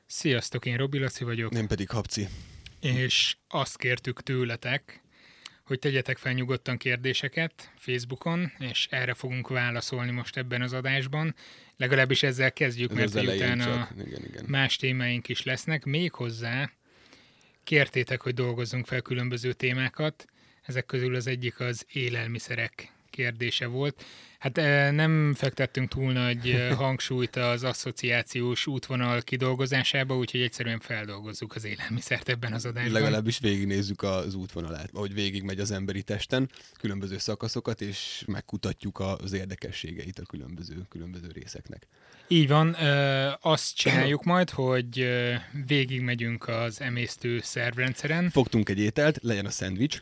Sziasztok, én Robi Laci vagyok. Én pedig Habci. És azt kértük tőletek, hogy tegyetek fel nyugodtan kérdéseket Facebookon, és erre fogunk válaszolni most ebben az adásban. Legalábbis ezzel kezdjük, mert utána igen. más témáink is lesznek. Méghozzá kértétek, hogy dolgozzunk fel különböző témákat. Ezek közül az egyik az élelmiszerek kérdése volt. Hát nem fektettünk túl nagy hangsúlyt az asszociációs útvonal kidolgozásába, úgyhogy egyszerűen feldolgozzuk az élelmiszert ebben az adásban. Legalábbis végignézzük az útvonalát, ahogy végigmegy az emberi testen, különböző szakaszokat, és megkutatjuk az érdekességeit a különböző részeknek. Így van, azt csináljuk majd, hogy végigmegyünk az emésztő szervrendszeren. Fogtunk egy ételt, legyen a szendvics.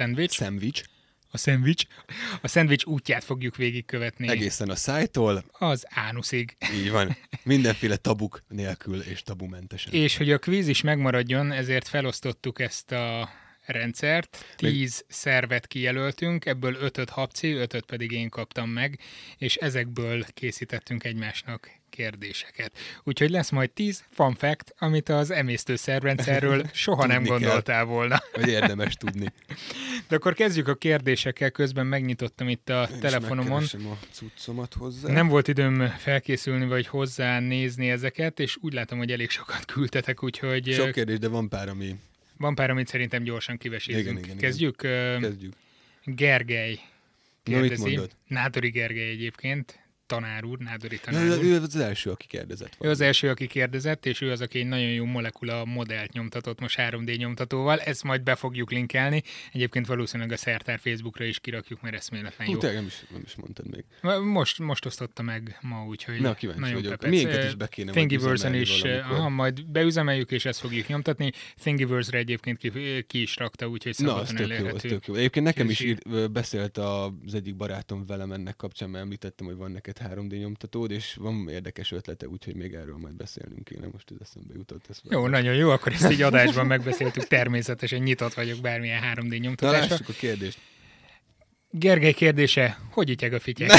A szendvics útját fogjuk végigkövetni. Egészen a szájtól az ánuszig. Így van. Mindenféle tabuk nélkül és tabumentesen. És hogy a kvíz is megmaradjon, ezért felosztottuk ezt a rendszert. 10 szervet kijelöltünk, ebből 5-öt Habci, 5-öt pedig én kaptam meg, és ezekből készítettünk egymásnak kérdéseket. Úgyhogy lesz majd 10 fun fact, amit az emésztő szervrendszerről soha nem gondoltál volna. Hogy érdemes tudni. De akkor kezdjük a kérdésekkel, közben megnyitottam itt a telefonomon. A cuccomat hozzá. Nem volt időm felkészülni, vagy hozzá nézni ezeket, és úgy látom, hogy elég sokat küldtetek, úgyhogy... Sok kérdés, de van pár, ami... Van pár, amit szerintem gyorsan kivesézzünk. Igen. Kezdjük? Kezdjük. Gergely kérdezi. No, Nádori Gergely egyébként. Tanár úr, Nádori tanár úr. Ő az első, aki kérdezett. Ő az első, aki kérdezett, és ő az, aki egy nagyon jó molekula modellt nyomtatott most 3D nyomtatóval. Ezt majd be fogjuk linkelni. Egyébként valószínűleg a Szertár Facebookra is kirakjuk, mert eszméletlen jó. Nem is mondtad még. Most osztotta meg ma, úgyhogy na, kíváncsi nagyon vagyok. pepec. Miénket is be kéne Thingiverse-en is, majd beüzemeljük, és ezt fogjuk nyomtatni. Thingiverse-re egyébként ki is rakta, úgyhogy szabadon elérhető. Az tök jó. Egyébként nekem is beszélt az egyik barátom velem ennek kapcsán, mert említettem, hogy van neked 3D nyomtatód, és van érdekes ötlete, úgyhogy még erről majd beszélnünk kéne, most ez eszembe jutott. Jó, nagyon jó, akkor ezt így adásban megbeszéltük, természetesen nyitott vagyok bármilyen 3D nyomtatásra. Na, lássuk a kérdést. Gergely kérdése, hogy ityeg a fityek?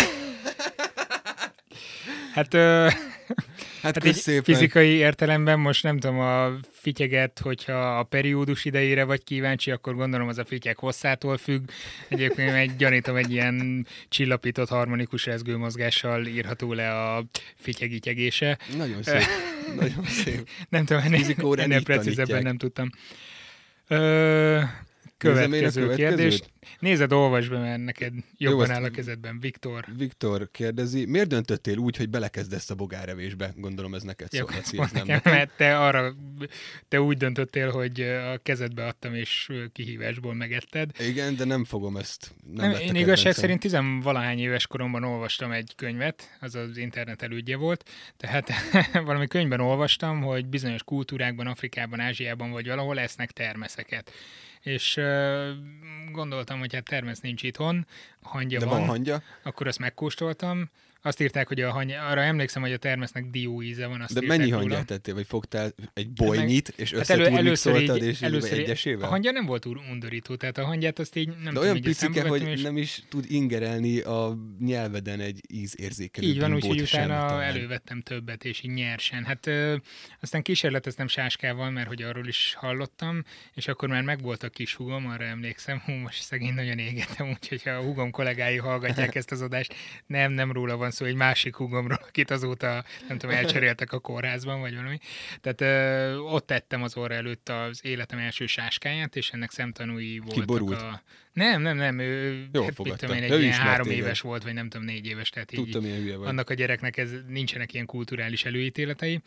Hát így fizikai értelemben most nem tudom, a fityeget, hogyha a periódus idejére vagy kíváncsi, akkor gondolom az a fityek hosszától függ. Egyébként gyanítom, egy ilyen csillapított harmonikus rezgőmozgással írható le a fityeg ityegése. Nagyon szép. Nagyon szép. Nem tudom, ennél precízebben nem tudtam. Következő kérdés. Nézed, olvasd be, mert neked jobban áll a kezedben. Viktor kérdezi, miért döntöttél úgy, hogy belekezdesz a bogárevésbe? Gondolom ez neked szól. Mert te úgy döntöttél, hogy a kezedbe adtam, és kihívásból megetted. Igen, de nem fogom ezt. Én igazság szerint 10-valahány éves koromban olvastam egy könyvet, az az internet elődje volt, tehát valami könyvben olvastam, hogy bizonyos kultúrákban, Afrikában, Ázsiában vagy valahol esznek termeszeket. És gondoltam, hogy hát termesz nincs itthon, hangya van. Hangya? Akkor azt megkóstoltam. Azt írták, hogy arra emlékszem, hogy a termesznek dióíze van. De mennyi hangyát tettél, vagy fogtál egy bolynyit, és összetúrmixoltad, és egyesével? A hangya nem volt undorító, tehát a hangyát azt így nem tudom, olyan picike, hogy nem is tud ingerelni a nyelveden egy ízérzékelő így van, bimbót. úgyhogy utána elővettem többet, és így nyersen. Hát aztán kísérleteztem sáskával, mert hogy arról is hallottam, és akkor már megvolt a kis húgom, arra emlékszem. Most szegény nagyon égettem, úgyhogy ha a húgom kollégái hallgatják ezt az adást, nem róla van szó, egy másik húgomról, akit azóta, nem tudom, elcseréltek a kórházban, vagy valami. Tehát ott tettem az orra előtt az életem első sáskáját, és ennek szemtanúi voltak. Kiborult? Nem, ő egy ilyen 3 éves volt, vagy nem tudom, 4 éves, tehát tudtam, így annak a gyereknek nincsenek ilyen kulturális előítéletei.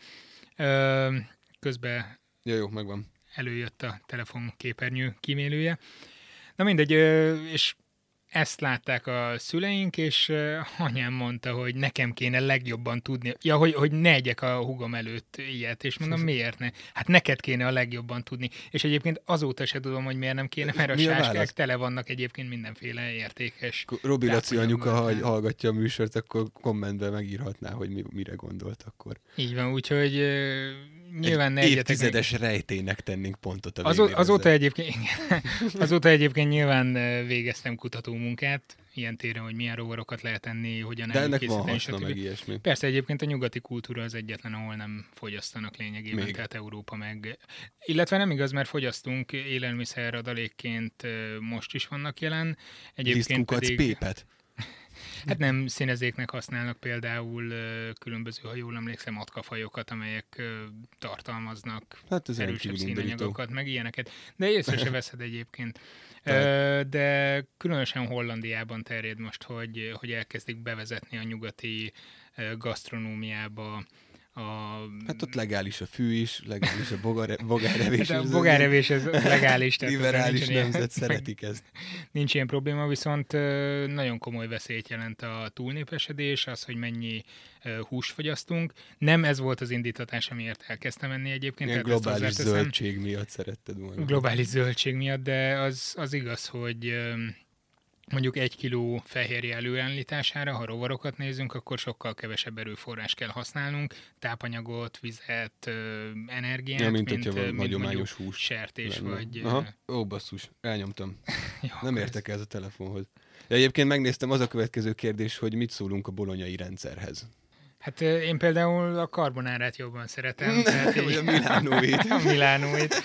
Közben jó, megvan. Előjött a telefonképernyő kímélője. Na mindegy, és ezt látták a szüleink, és anyám mondta, hogy nekem kéne legjobban tudni, hogy ne egyek a húgom előtt ilyet, és mondom, miért ne? Hát neked kéne a legjobban tudni. És egyébként azóta se tudom, hogy miért nem kéne, mert a sáskák tele vannak egyébként mindenféle értékes. Robi Laci anyuka, ha hallgatja a műsort, akkor kommentben megírhatná, hogy mire gondolt akkor. Így van, úgyhogy nyilván ne évtizedes rejtének tennénk pontot a azóta egyébként nyilván végeztem kutatómunkát, ilyen téren, hogy milyen rovarokat lehet enni, hogyan De ennek van előkészíteni, haszna, stb. meg ilyesmi. Persze egyébként a nyugati kultúra az egyetlen, ahol nem fogyasztanak lényegében, Még. tehát Európa meg... Illetve nem igaz, mert fogyasztunk élelmiszer adalékként, most is vannak jelen. Egyébként Lisztkukacz pedig... pépet? Hát nem színezéknek használnak például különböző, ha jól emlékszem, matkafajokat, amelyek tartalmaznak Hát ez erősebb rendkívül undorító. színanyagokat, meg ilyeneket. De észre se veszed egyébként. De különösen Hollandiában terjed most, hogy elkezdik bevezetni a nyugati gasztronómiába Hát ott legális a fű is, legális a bogárevés. Hát a bogárevés ez legális. Liberális nemzet szeretik ezt. Nincs ilyen probléma, viszont nagyon komoly veszélyt jelent a túlnépesedés, az, hogy mennyi húst fogyasztunk. Nem ez volt az indítatás, amiért elkezdtem enni egyébként. Ilyen globális zöldség miatt szeretted volna. Globális zöldség miatt, de az igaz, hogy mondjuk 1 kiló fehérje előállítására, ha rovarokat nézzünk, akkor sokkal kevesebb erőforrás kell használnunk, tápanyagot, vizet, energiát, ja, mint hagyományos hús. Sertés lenne. vagy... Ó, basszus, elnyomtam. Jó, Nem értek ez a telefonhoz. De egyébként megnéztem, az a következő kérdés, hogy mit szólunk a bolonyai rendszerhez. Hát én például a karbonárát jobban szeretem. Vagy a Milánóit. A Milánóit.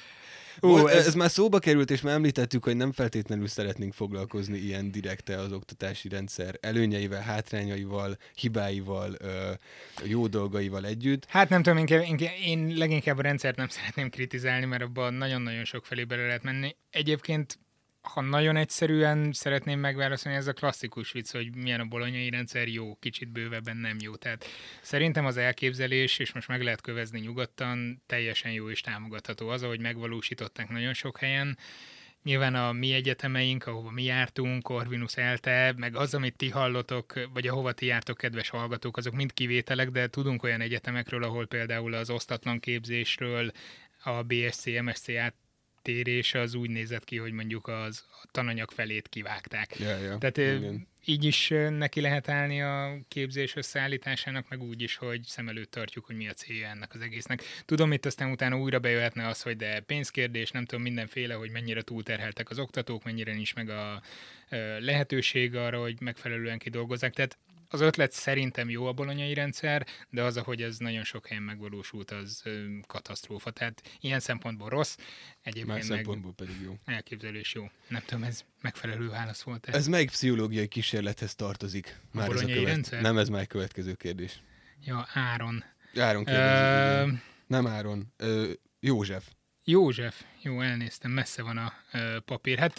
Ez már szóba került, és már említettük, hogy nem feltétlenül szeretnénk foglalkozni ilyen direkte az oktatási rendszer előnyeivel, hátrányaival, hibáival, jó dolgaival együtt. Hát nem tudom, én leginkább a rendszert nem szeretném kritizálni, mert abban nagyon-nagyon sok felé bele lehet menni. Egyébként, ha nagyon egyszerűen szeretném megválaszolni, ez a klasszikus vicc, hogy milyen a bolonyai rendszer jó, kicsit bővebben nem jó. Tehát szerintem az elképzelés, és most meg lehet kövezni nyugodtan, teljesen jó és támogatható. Az, ahogy megvalósították nagyon sok helyen. Nyilván a mi egyetemeink, ahova mi jártunk, Corvinus ELTE, meg az, amit ti hallotok, vagy ahova ti jártok, kedves hallgatók, azok mind kivételek, de tudunk olyan egyetemekről, ahol például az osztatlan képzésről a BSc, MSc áttérés az úgy nézett ki, hogy mondjuk a tananyag felét kivágták. Ja, Tehát igen. így is neki lehet állni a képzés összeállításának, meg úgy is, hogy szem előtt tartjuk, hogy mi a célja ennek az egésznek. Tudom, itt aztán utána újra bejöhetne az, hogy de pénzkérdés, nem tudom, mindenféle, hogy mennyire túlterheltek az oktatók, mennyire nincs meg a lehetőség arra, hogy megfelelően kidolgozzák. Tehát az ötlet szerintem jó a bolonyai rendszer, de az, ahogy ez nagyon sok helyen megvalósult, az katasztrófa. Tehát ilyen szempontból rossz, egyébként Más szempontból pedig jó. Elképzelés jó. Nem tudom, ez megfelelő válasz volt. Ez melyik pszichológiai kísérlethez tartozik? A bolonyai rendszer? Nem, ez már egy következő kérdés. Ja, Áron. Áron kérdezi. Nem Áron. József. József. Jó, elnéztem, messze van a papír. Hát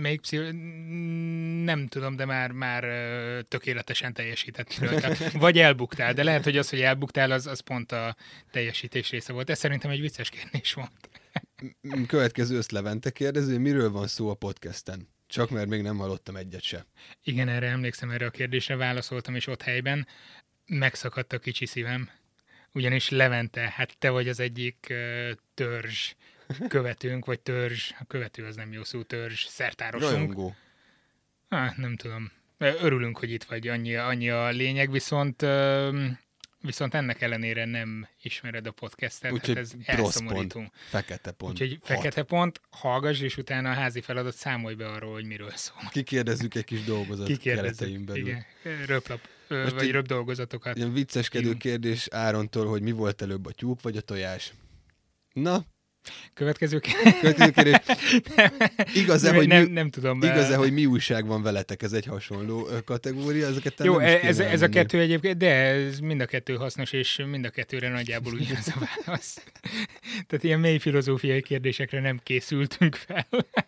nem tudom, de már tökéletesen teljesített rajta. Vagy elbuktál, de lehet, hogy az, hogy elbuktál, az pont a teljesítés része volt. Ez szerintem egy vicces kérdés volt. Következő Levente kérdező, miről van szó a podcasten? Csak mert még nem hallottam egyet se. Igen, erre emlékszem, erre a kérdésre válaszoltam is ott helyben. Megszakadt a kicsi szívem. Ugyanis Levente, hát te vagy az egyik törzs követőnk, vagy törzs, a követő az nem jó szó, törzs szertárosunk. Rajongó. Nem tudom. Örülünk, hogy itt vagy, annyi a lényeg, viszont ennek ellenére nem ismered a podcastet, úgyhogy hát ez elszomorító. Fekete pont. Úgyhogy fekete pont, hallgass, és utána a házi feladat számolj be arról, hogy miről szól. Kikérdezzük egy kis dolgozat keretein belül. Igen, vagy röpdolgozatokat. Ilyen vicceskedő kérdés Árontól, hogy mi volt előbb, a tyúk vagy a tojás? Na? Következő kérdés. Nem tudom. Igaz-e, hogy mi újság van veletek? Ez egy hasonló kategória. Ezeket jó, ez a kettő egyébként, de ez mind a kettő hasznos, és mind a kettőre nagyjából ugyanaz a válasz. Tehát ilyen mély filozófiai kérdésekre nem készültünk fel.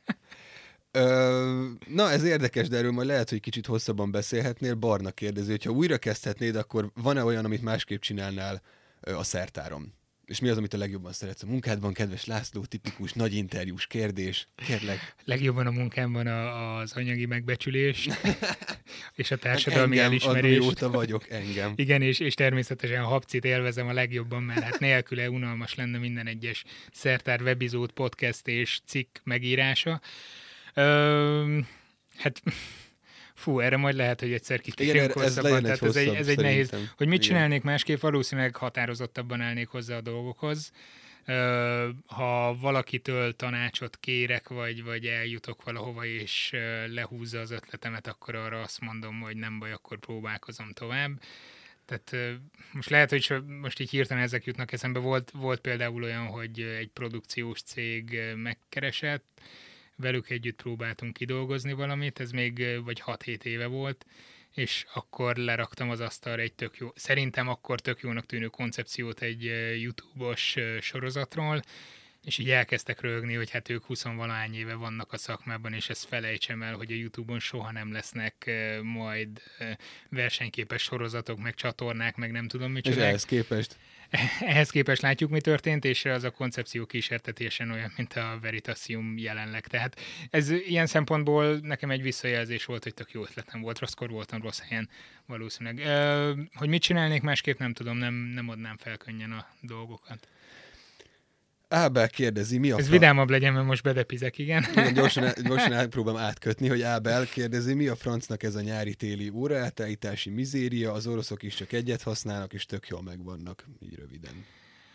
Na, ez érdekes, de erről majd lehet, hogy kicsit hosszabban beszélhetnél. Barna kérdező, hogyha újra kezdhetnéd, akkor van-e olyan, amit másképp csinálnál a szertáron? És mi az, amit a legjobban szeretsz a munkádban, kedves László, tipikus nagy interjús kérdés, kérlek. Legjobban a munkámban az anyagi megbecsülés, és a társadalmi elismerés. Engem, vagyok, engem. Igen, és természetesen a habcit élvezem a legjobban, mert hát nélküle unalmas lenne minden egyes szertár, webizód, podcast és cikk megírása. Hát, Fú, erre majd lehet, hogy egyszer Igen, kitérünk ez hosszabban. legyen Tehát egy ez egy hosszabb, nehéz. szerintem. Hogy mit Igen. csinálnék másképp, valószínűleg határozottabban állnék hozzá a dolgokhoz. Ha valakitől tanácsot kérek, vagy eljutok valahova, és lehúzza az ötletemet, akkor arra azt mondom, hogy nem baj, akkor próbálkozom tovább. Tehát most lehet, hogy most így hirtelen ezek jutnak eszembe. Volt például olyan, hogy egy produkciós cég megkeresett, velük együtt próbáltunk kidolgozni valamit, ez még vagy 6-7 éve volt, és akkor leraktam az asztalra egy szerintem akkor tök jónak tűnő koncepciót egy YouTube-os sorozatról, és így elkezdtek röhögni, hogy hát ők 20-valahány éve vannak a szakmában, és ezt felejtsem el, hogy a YouTube-on soha nem lesznek majd versenyképes sorozatok, meg csatornák, meg nem tudom mit. És ehhez képest látjuk, mi történt, és az a koncepció kísértetésen olyan, mint a Veritasium jelenleg. Tehát ez ilyen szempontból nekem egy visszajelzés volt, hogy tök jó ötletem volt, rosszkor voltam, rossz helyen valószínűleg. Hogy mit csinálnék másképp, nem tudom, nem adnám fel könnyen a dolgokat. Ábel kérdezi, mi a Ez vidámabb legyen, mert most bedepizek, igen. Igen, gyorsan próbálom átkötni, hogy Ábel kérdezi, mi a francnak ez a nyári-téli óraátállítási mizéria, az oroszok is csak egyet használnak, és tök jól megvannak, így röviden.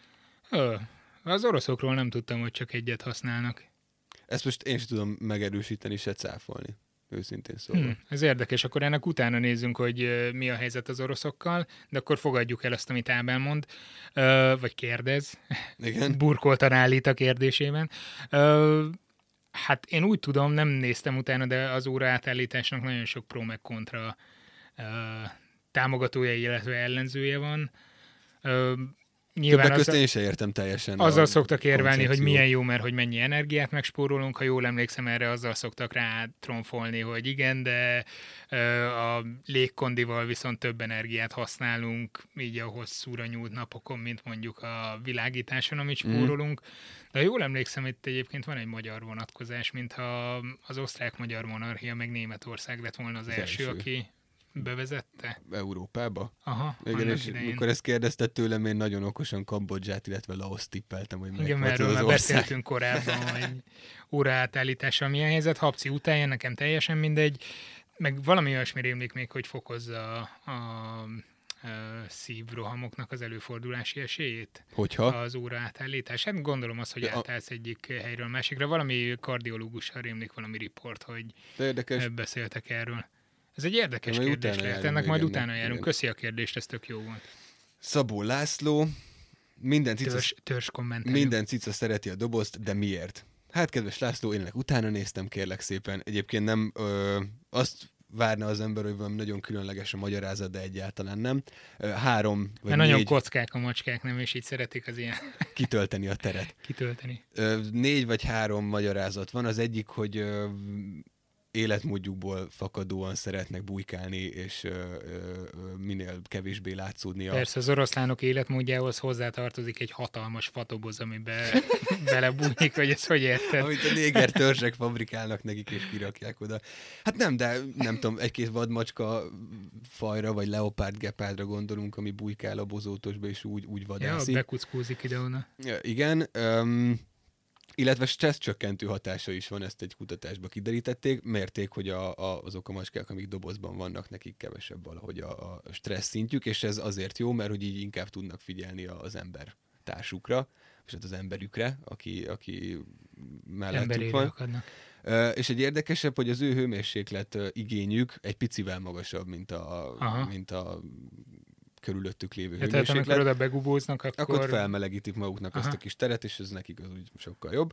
Az oroszokról nem tudtam, hogy csak egyet használnak. Ezt most én sem tudom megerősíteni, se cáfolni, őszintén szóval. Ez érdekes, akkor ennek utána nézzünk, hogy mi a helyzet az oroszokkal, de akkor fogadjuk el azt, amit Ábel mond, vagy kérdez. Igen. Burkoltan állít a kérdésében. Hát én úgy tudom, nem néztem utána, de az óra átállításnak nagyon sok pro meg kontra támogatója, illetve ellenzője van. Többek közt én sem értem teljesen. Azzal szoktak érvelni, hogy milyen jó, mert hogy mennyi energiát megspórolunk. Ha jól emlékszem erre, azzal szoktak rá tromfolni, hogy igen, de a légkondival viszont több energiát használunk, így a hosszúra nyúlt napokon, mint mondjuk a világításon, amit spórolunk. De ha jól emlékszem, itt egyébként van egy magyar vonatkozás, mintha az osztrák-magyar monarchia, meg Németország lett volna az első, aki bevezette? Európába? Aha, igen, és amikor ezt kérdezted tőlem, én nagyon okosan Kambodzsát, illetve Laoszt tippeltem, hogy igen, mert erről már beszéltünk korábban, hogy óraátállítással milyen helyzet. Habci utálja, nekem teljesen mindegy. Meg valami olyasmi rémlik még, hogy fokozza a szívrohamoknak az előfordulási esélyét. Hogyha? Az óraátállítás. Hát gondolom azt, hogy átállsz egyik helyről másikra. Valami kardiológussal rémlik valami riport, hogy beszéltek erről. Ez egy érdekes kérdés lehet, ennek majd utána járunk. Igen. Köszi a kérdést, ez tök jó volt. Szabó László, minden cica szereti a dobozt, de miért? Hát, kedves László, én ennek utána néztem, kérlek szépen. Egyébként nem azt várna az ember, hogy valami nagyon különleges a magyarázat, de egyáltalán nem. 3 vagy 4... nagyon kockák a macskák, nem, és így szeretik az ilyen... kitölteni a teret. 4 vagy 3 magyarázat van. Az egyik, hogy... életmódjukból fakadóan szeretnek bujkálni, és minél kevésbé látszódni. Persze, az oroszlánok életmódjához hozzátartozik egy hatalmas fatoboz, amiben belebújik, hogy ezt hogy érted? Amit a néger törzsek fabrikálnak nekik, és kirakják oda. Hát nem, de nem tudom, egy-két vadmacska fajra, vagy leopárd gepárdra gondolunk, ami bujkál a bozótosba, és úgy vadászik. Ja, bekuckózik ide-ona. Igen, illetve stresszcsökkentő hatása is van, ezt egy kutatásba kiderítették, mérték, hogy azok a macskák, amik dobozban vannak, nekik kevesebb valahogy a stressz szintjük, és ez azért jó, mert hogy így inkább tudnak figyelni az ember társukra, és hát az emberükre, aki mellettük van. És egy érdekesebb, hogy az ő hőmérséklet igényük egy picivel magasabb, mint a körülöttük lévő hőmérséklet. Tehát amikor oda begubóznak, akkor felmelegítik maguknak azt a kis teret, és ez nekik az úgy sokkal jobb.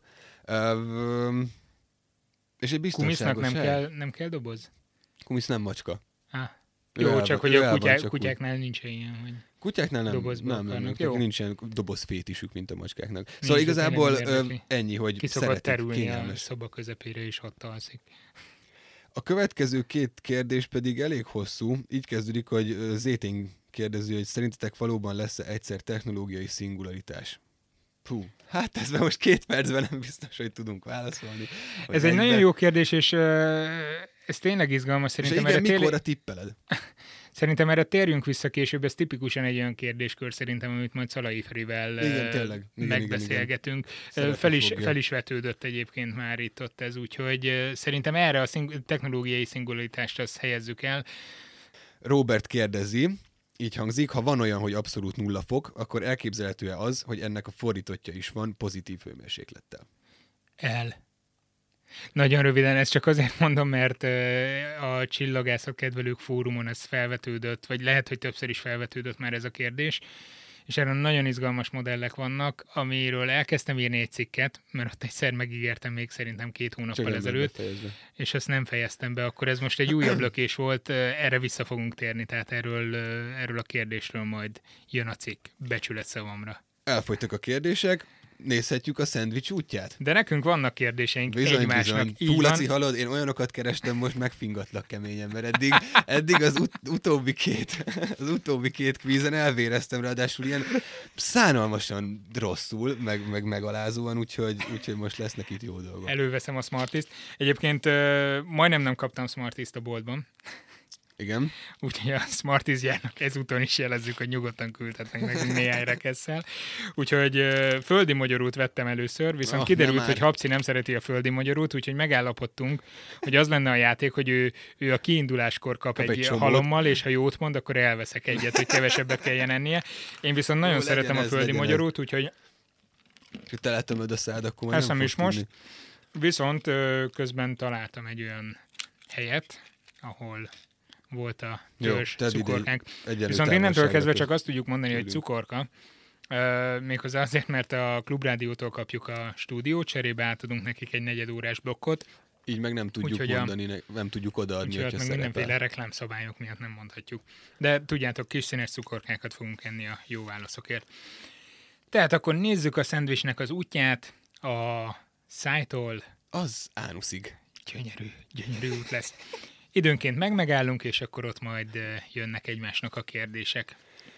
És egy biztonságos Kumisznak nem kell doboz? Kumisz nem macska. Jó, csak hogy a kutyáknál nincs ilyen, hogy kutyáknál nem, nincsen dobozfétisük, mint a macskáknak. Szóval igazából ennyi, hogy ki szokott terülni a szoba közepére, és ott alszik. A következő 2 kérdés pedig elég hosszú. Így kezdődik, hogy Zéting kérdezi, hogy szerintetek valóban lesz-e egyszer technológiai szingularitás? Hát ezben most 2 percben nem biztos, hogy tudunk válaszolni. Ez egy nagyon jó kérdés, és ez tényleg izgalmas szerintem. És igen, mikorra tippeled? Szerintem erre térjünk vissza később, ez tipikusan egy olyan kérdéskör szerintem, amit majd Szalai Ferivel megbeszélgetünk. Igen. Fel is vetődött egyébként már itt ez, úgyhogy szerintem erre a technológiai szingularitást azt helyezzük el. Robert kérdezi, így hangzik, ha van olyan, hogy abszolút 0 fok, akkor elképzelhető-e az, hogy ennek a fordítottja is van pozitív hőmérséklettel? Nagyon röviden, ezt csak azért mondom, mert a Csillagászat Kedvelők Fórumon ez felvetődött, vagy lehet, hogy többször is felvetődött már ez a kérdés, és erről nagyon izgalmas modellek vannak, amiről elkezdtem írni egy cikket, mert ott egyszer megígértem még szerintem 2 hónappal ezelőtt, és azt nem fejeztem be, akkor ez most egy újabb lökés volt, erre vissza fogunk térni, tehát erről a kérdésről majd jön a cikk, becsület szavamra. Elfogytak a kérdések, nézhetjük a szendvics útját? De nekünk vannak kérdéseink egymásnak. Fú, Laci, hallod, én olyanokat kerestem, most megfingatlak keményen, mert eddig az utóbbi két kvízen elvéreztem, ráadásul ilyen szánalmasan rosszul, meg megalázóan, úgyhogy most lesznek itt jó dolgok. Előveszem a Smarties-t. Egyébként majdnem nem kaptam Smarties-t a boltban. Igen. Úgyhogy a Smarties gyárnak ezúton is jelezzük, hogy nyugodtan küldhetnek nekünk néhány rekesszel. Úgyhogy földi magyarót vettem először, viszont kiderült, hogy Habci nem szereti a földi magyarót, úgyhogy megállapodtunk, hogy az lenne a játék, hogy ő a kiinduláskor kap egy halommal, és ha jót mond, akkor elveszek egyet, hogy kevesebbet kelljen ennie. Én viszont nagyon szeretem a földi magyarót, úgyhogy... Te letömöd a szád, akkor nem fogsz most. Viszont közben találtam egy olyan helyet, ahol volt a törzs cukorkánk. Viszont innentől kezdve csak azt tudjuk mondani, hogy cukorka. Méghozzá azért, mert a Klubrádiótól kapjuk a stúdiót, cserébe átadunk nekik egy 4 órás blokkot. Így meg nem tudjuk mondani, nem tudjuk odaadni, hogyha szerepel. Mindenféle reklámszabályok miatt nem mondhatjuk. De tudjátok, kis színes cukorkákat fogunk enni a jó válaszokért. Tehát akkor nézzük a szendvicsnek az útját a szájtól az ánuszig. Gyönyörű út lesz. Időnként megállunk, és akkor ott majd jönnek egymásnak a kérdések.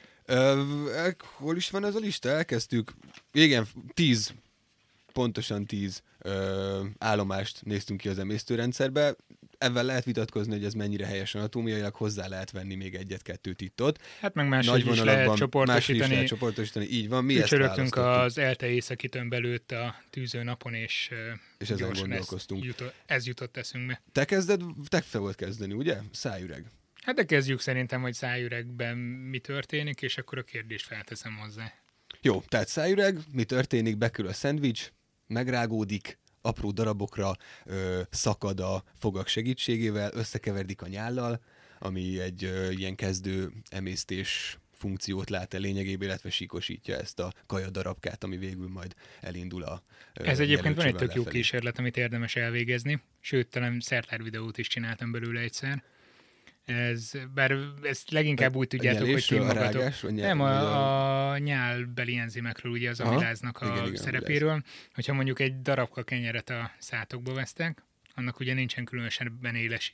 Hol is van ez a lista? Elkezdtük. Igen, 10, pontosan 10 állomást néztünk ki az emésztőrendszerbe. Ebben lehet vitatkozni, hogy ez mennyire helyes anatómiailag, hozzá lehet venni még 1-2 tittot. Hát meg máshogy is lehet csoportosítani. Így van, mi ezt választottuk. Az ELTE északi tömbelőtt a tűző napon, és ezen gondolkoztunk. Ez jutott eszünkbe. Te fogod kezdeni, ugye? Szájüreg. Hát de kezdjük szerintem, hogy szájüregben mi történik, és akkor a kérdést felteszem hozzá. Jó, tehát szájüreg, mi történik, bekül a szendvics, megrágódik, apró darabokra szakad a fogak segítségével, összekeverdik a nyállal, ami egy ilyen kezdő emésztés funkciót lát el lényegében, illetve síkosítja ezt a kaja darabkát, ami végül majd elindul a Ez egyébként van egy tök jó kísérlet, amit érdemes elvégezni, sőt, talán szertár videót is csináltam belőle egyszer. Bár ezt leginkább úgy tudjátok, hogy ti magatok. Nem, a nyálbeli enzimekről, ugye az amiláznak a szerepéről. Hogyha mondjuk egy darabka kenyeret a szátokba vesztek, annak ugye nincsen különösebben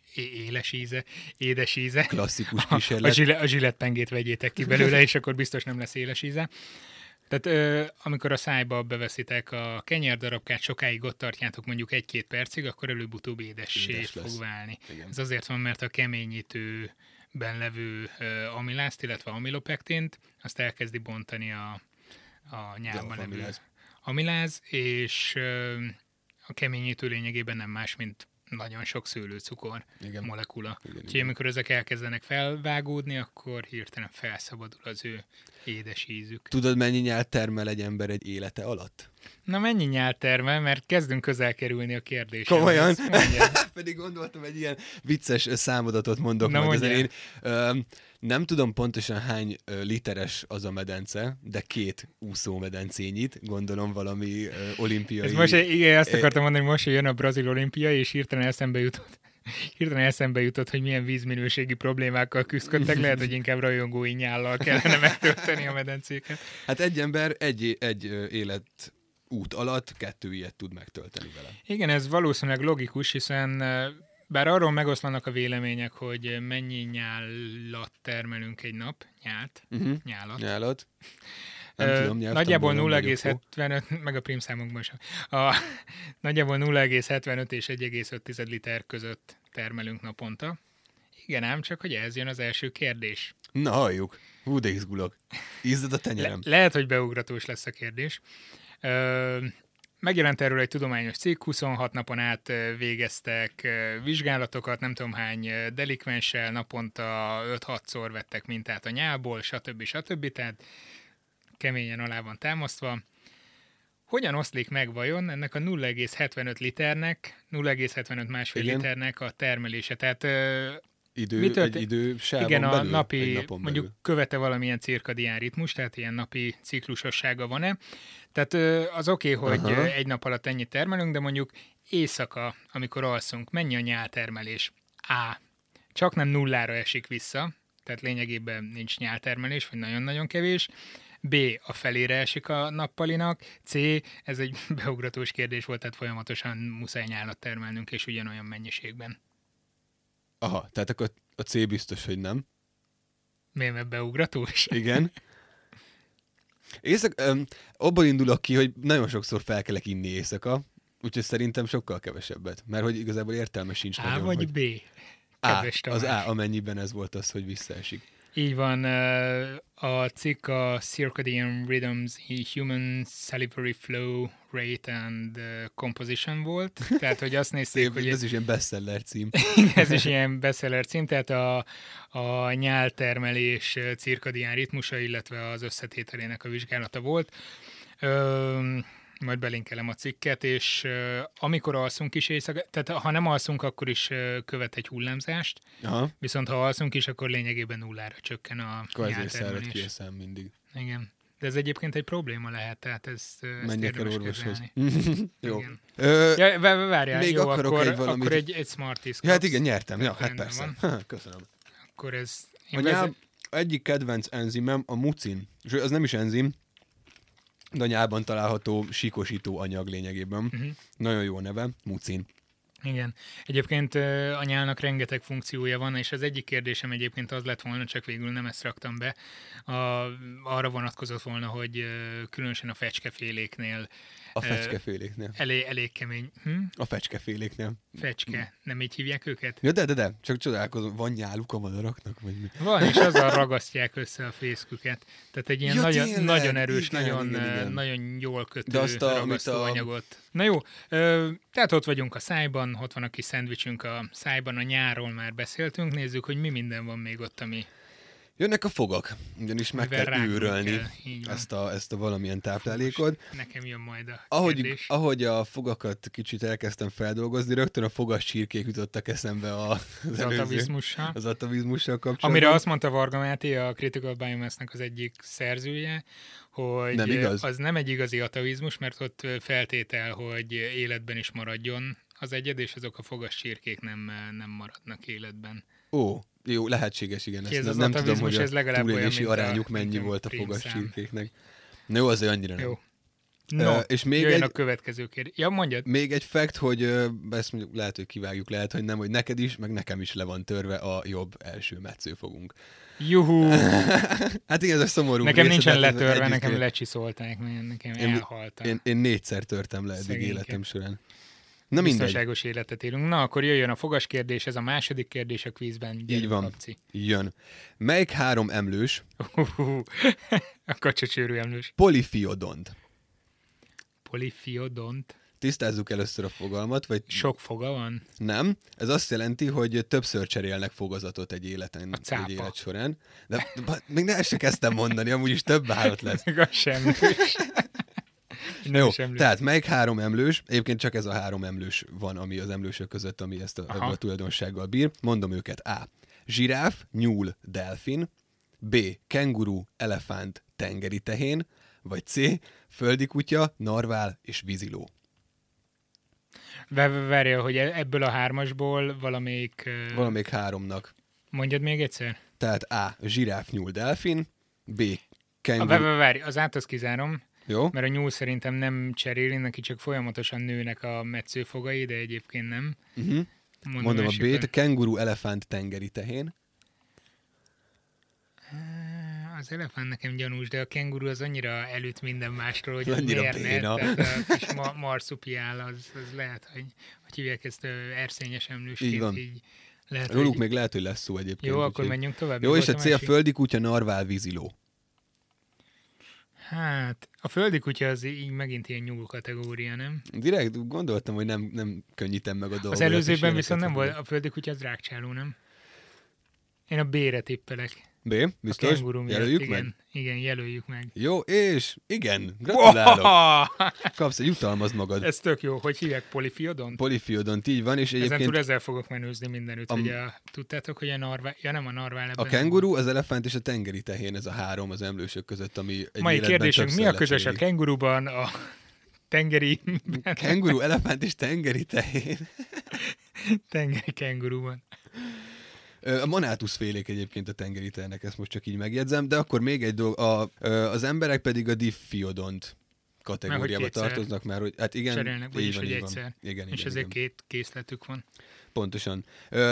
édes íze. Klasszikus kísérlet. A zsilettpengét vegyétek ki belőle, és akkor biztos nem lesz éles íze. Tehát amikor a szájba beveszitek a kenyérdarabkát, sokáig ott tartjátok mondjuk 1-2 percig, akkor előbb-utóbb édessé fog válni. Igen. Ez azért van, mert a keményítőben levő amilázt, illetve amilopektént, azt elkezdi bontani a nyálban levő amiláz, és a keményítő lényegében nem más, mint nagyon sok szőlőcukor molekula. Úgyhogy amikor ezek elkezdenek felvágódni, akkor hirtelen felszabadul az ő édes ízük. Tudod, mennyi nyált termel egy ember egy élete alatt? Na mennyi nyált termel, mert kezdünk közel kerülni a kérdéshez. Komolyan? Pedig gondoltam, egy ilyen vicces számadatot mondok majd ezen. Nem tudom pontosan hány literes az a medence, de 2 úszómedencényit, gondolom valami olimpiai... Igen, azt akartam mondani, most jön a brazil olimpia, és hirtelen eszembe jutott, hogy milyen vízminőségi problémákkal küzdöttek, lehet, hogy inkább rajongói nyállal kellene megtölteni a medencéket. Hát egy ember egy élet út alatt 2 ilyet tud megtölteni vele. Igen, ez valószínűleg logikus, hiszen bár arról megoszlanak a vélemények, hogy mennyi nyálat termelünk egy nap, nyálat. Nem tudom, nagyjából 0,75, meg a prímszámokban sem. Nagyjából 0,75 és 1,5 liter között termelünk naponta. Igen ám, csak hogy ez jön az első kérdés. Na, halljuk. Hú, de izgulok. Izzad a tenyerem. Lehet, hogy beugratós lesz a kérdés. Megjelent erről egy tudományos cikk, 26 napon át végeztek vizsgálatokat, nem tudom hány delikvenssel, naponta 5-6-szor vettek mintát a nyából, stb. Tehát keményen alá van támasztva. Hogyan oszlik meg vajon ennek a 0,75 liternek, 0,75 másfél Igen. liternek a termelése? Tehát Egy idősávon igen, a belül? napi, Egy napon mondjuk belül. követe valamilyen cirkadián ritmus, tehát ilyen napi ciklusossága van-e. Tehát az oké, hogy Aha. egy nap alatt ennyit termelünk, de mondjuk éjszaka, amikor alszunk, mennyi a nyáltermelés? A. Csak nem nullára esik vissza, tehát lényegében nincs nyáltermelés, vagy nagyon-nagyon kevés. B. A felére esik a nappalinak. C. Ez egy beugratós kérdés volt, tehát folyamatosan muszáj nyálat termelnünk, és ugyanolyan mennyiségben. Aha, tehát akkor a C biztos, hogy nem. Miért, mert beugratós? Igen. Abból indulok ki, hogy nagyon sokszor fel kellek inni éjszaka, úgyhogy szerintem sokkal kevesebbet, mert hogy igazából értelme sincs A nagyon, vagy hogy... B? A, Kedves az Tamás. A, amennyiben ez volt az, hogy visszaesik. Így van, a cikk a Circadian Rhythms in Human Salivary Flow Rate and Composition volt, tehát hogy azt nézték, Szép, hogy ez is ilyen bestseller cím. ez is ilyen bestseller cím, tehát a nyáltermelés cirkadián ritmusa, illetve az összetételének a vizsgálata volt. Majd belinkelem a cikket, és amikor alszunk is éjszaka, tehát ha nem alszunk, akkor is követ egy hullámzást, Aha, viszont ha alszunk is, akkor lényegében nullára csökken a akkor ezért szárad nyáltermelés. ki a szám mindig. Igen. De ez egyébként egy probléma lehet, tehát ezt Menjek el érdemes orvoshoz. kezelni. Jó. Igen. Ö, Ja, várjál, még jó, akarok akkor, egy valamit. akkor egy Smarties ja, hát kapsz. igen, nyertem. Ja, Akkor hát rendben persze. van. Köszönöm. Akkor ez... A nyál egyik kedvenc enzimem a mucin. És az nem is enzim, de a nyálban található síkosító anyag lényegében. Uh-huh. Nagyon jó neve, mucin. Igen. Egyébként a nyálnak rengeteg funkciója van, és az egyik kérdésem egyébként az lett volna, csak végül nem ezt raktam be, arra vonatkozott volna, hogy különösen a fecskeféléknél A fecskeféléknél. elég kemény. A fecskeféléknél. Fecske, nem így hívják őket? Ja, de. Csak csodálkozom, van nyáluk a madaraknak? Vagy mi? Van, és azzal ragasztják össze a fészküket. Tehát egy ilyen Ja, nagyon, tényleg, nagyon erős, igen. nagyon jól kötő De azt ragasztóanyagot. Na jó, tehát ott vagyunk a szájban, ott van a kis szendvicsünk a szájban, a nyárról már beszéltünk, nézzük, hogy mi minden van még ott, ami... Jönnek a fogak, ugyanis meg Mivel kell rágni őrölni kell, így van. ezt a valamilyen táplálékot. Nekem jön majd a Ahogy, kérdés. ahogy a fogakat kicsit elkezdtem feldolgozni, rögtön a fogas csirkék jutottak eszembe Az atavizmussal. az atavizmussal kapcsolatban. Amire azt mondta Varga Máté, a Critical Biomass-nek az egyik szerzője, hogy Nem igaz? az nem egy igazi atavizmus, mert ott feltétel, hogy életben is maradjon az egyed, és azok a fogas csirkék nem maradnak életben. Ó, jó, lehetséges, igen. Ki ez Ezt az nem tudom, atavizmus, hogy ez a legalább olyan, túlélési mint arányuk a, mennyi nem volt a tudom, fogas prímszám. csirkéknek. Na jó, azért annyira nem. Jó. No, És még jöjjön egy, a következő kérdés. Ja, mondjad. még egy fact, hogy ezt mondjuk lehet, hogy kivágjuk, lehet, hogy nem, hogy neked is, meg nekem is le van törve a jobb első metszőfogunk. Juhú! Hát igen, ez a szomorú Nekem része, nincsen de ez letörve, együtt nekem él. lecsiszolták, mert nekem elhaltam. Én 4-szer törtem le eddig Szegényke. életem során. Na mindegy, Biztonságos életet élünk. Na, akkor jöjjön a fogas kérdés, ez a második kérdés a kvízben. így van, Kapci. jön. Melyik 3 emlős A kacsacsőrű emlős. polifiodont? Polifiodont. Tisztázzuk először a fogalmat, vagy Sok foga van. nem. Ez azt jelenti, hogy többször cserélnek fogazatot egy életen, A cápa. egy élet során. De még ne ezt se kezdtem mondani, amúgy is több állat lesz. Meg az sem emlős. Nem Jó, is emlős. tehát melyik 3 emlős? Egyébként csak ez a 3 emlős van, ami az emlősök között, ami ezt a tulajdonsággal bír. Mondom őket. A. Zsiráf, nyúl, delfin. B. Kenguru, elefánt, tengeri tehén. Vagy C. Földi kutya, narvál és víziló. Várja, hogy ebből a hármasból valamelyik... Valamelyik 3-nak. Mondjad még egyszer? Tehát A. Zsiráf, nyúl, delfin. B. Kenguru. Várj, az át azt kizárom, Jó? mert a nyúl szerintem nem cseréli, neki csak folyamatosan nőnek a metszőfogai, de egyébként nem. Uh-huh. Mondom a másikon. B-t. Kenguru, elefánt, tengeri tehén. Az elefánt nekem gyanús, de a kenguru az annyira előtt minden mástól, hogy Annyira miért ne? béna. Tehát a kis marsupiál, az lehet, hogy hívják ezt erszényes Így emlősként, van. így Lehet, Róluk hogy... még lehet, hogy lesz szó egyébként. Jó, akkor menjünk tovább. Jó, és a cél földi kutya, narvál, víziló. Hát, a földi kutya az így megint ilyen nyúl kategória, nem? Direkt gondoltam, hogy nem könnyítem meg a dolgokat. Az előzőben viszont nem volt, a földi kutya az drágcsáló, nem? Én a B-re tippelek. B, biztos? Jelöljük igen, meg? Igen, jelöljük meg. Jó, és igen, gratulálok. Kapsz egy jutalmazd magad. Ez tök jó, hogy hívják Polyphiodont? Poliffiodont, így van, és egyébként... Ezentúl ezzel fogok menőzni mindenütt, hogy tudtátok, hogy a narvál... Ja, nem a narvál ebben. A kenguru, az elefánt és a tengeri tehén, ez a három az emlősök között, ami egy mai kérdésünk, mi a közös a lecserélik. kenguruban, a tengeri... Kenguru, elefánt és tengeri tehén. Tengeri kenguruban. A Monátus félék egyébként a tengeri tehének, ezt most csak így megjegyzem, de akkor még egy dolog, az emberek pedig a Diffiodont kategóriába tartoznak, mert hogy hát igen, cserélnek, vagyis hogy egyszer. Igen, és ezért két készletük van. Pontosan.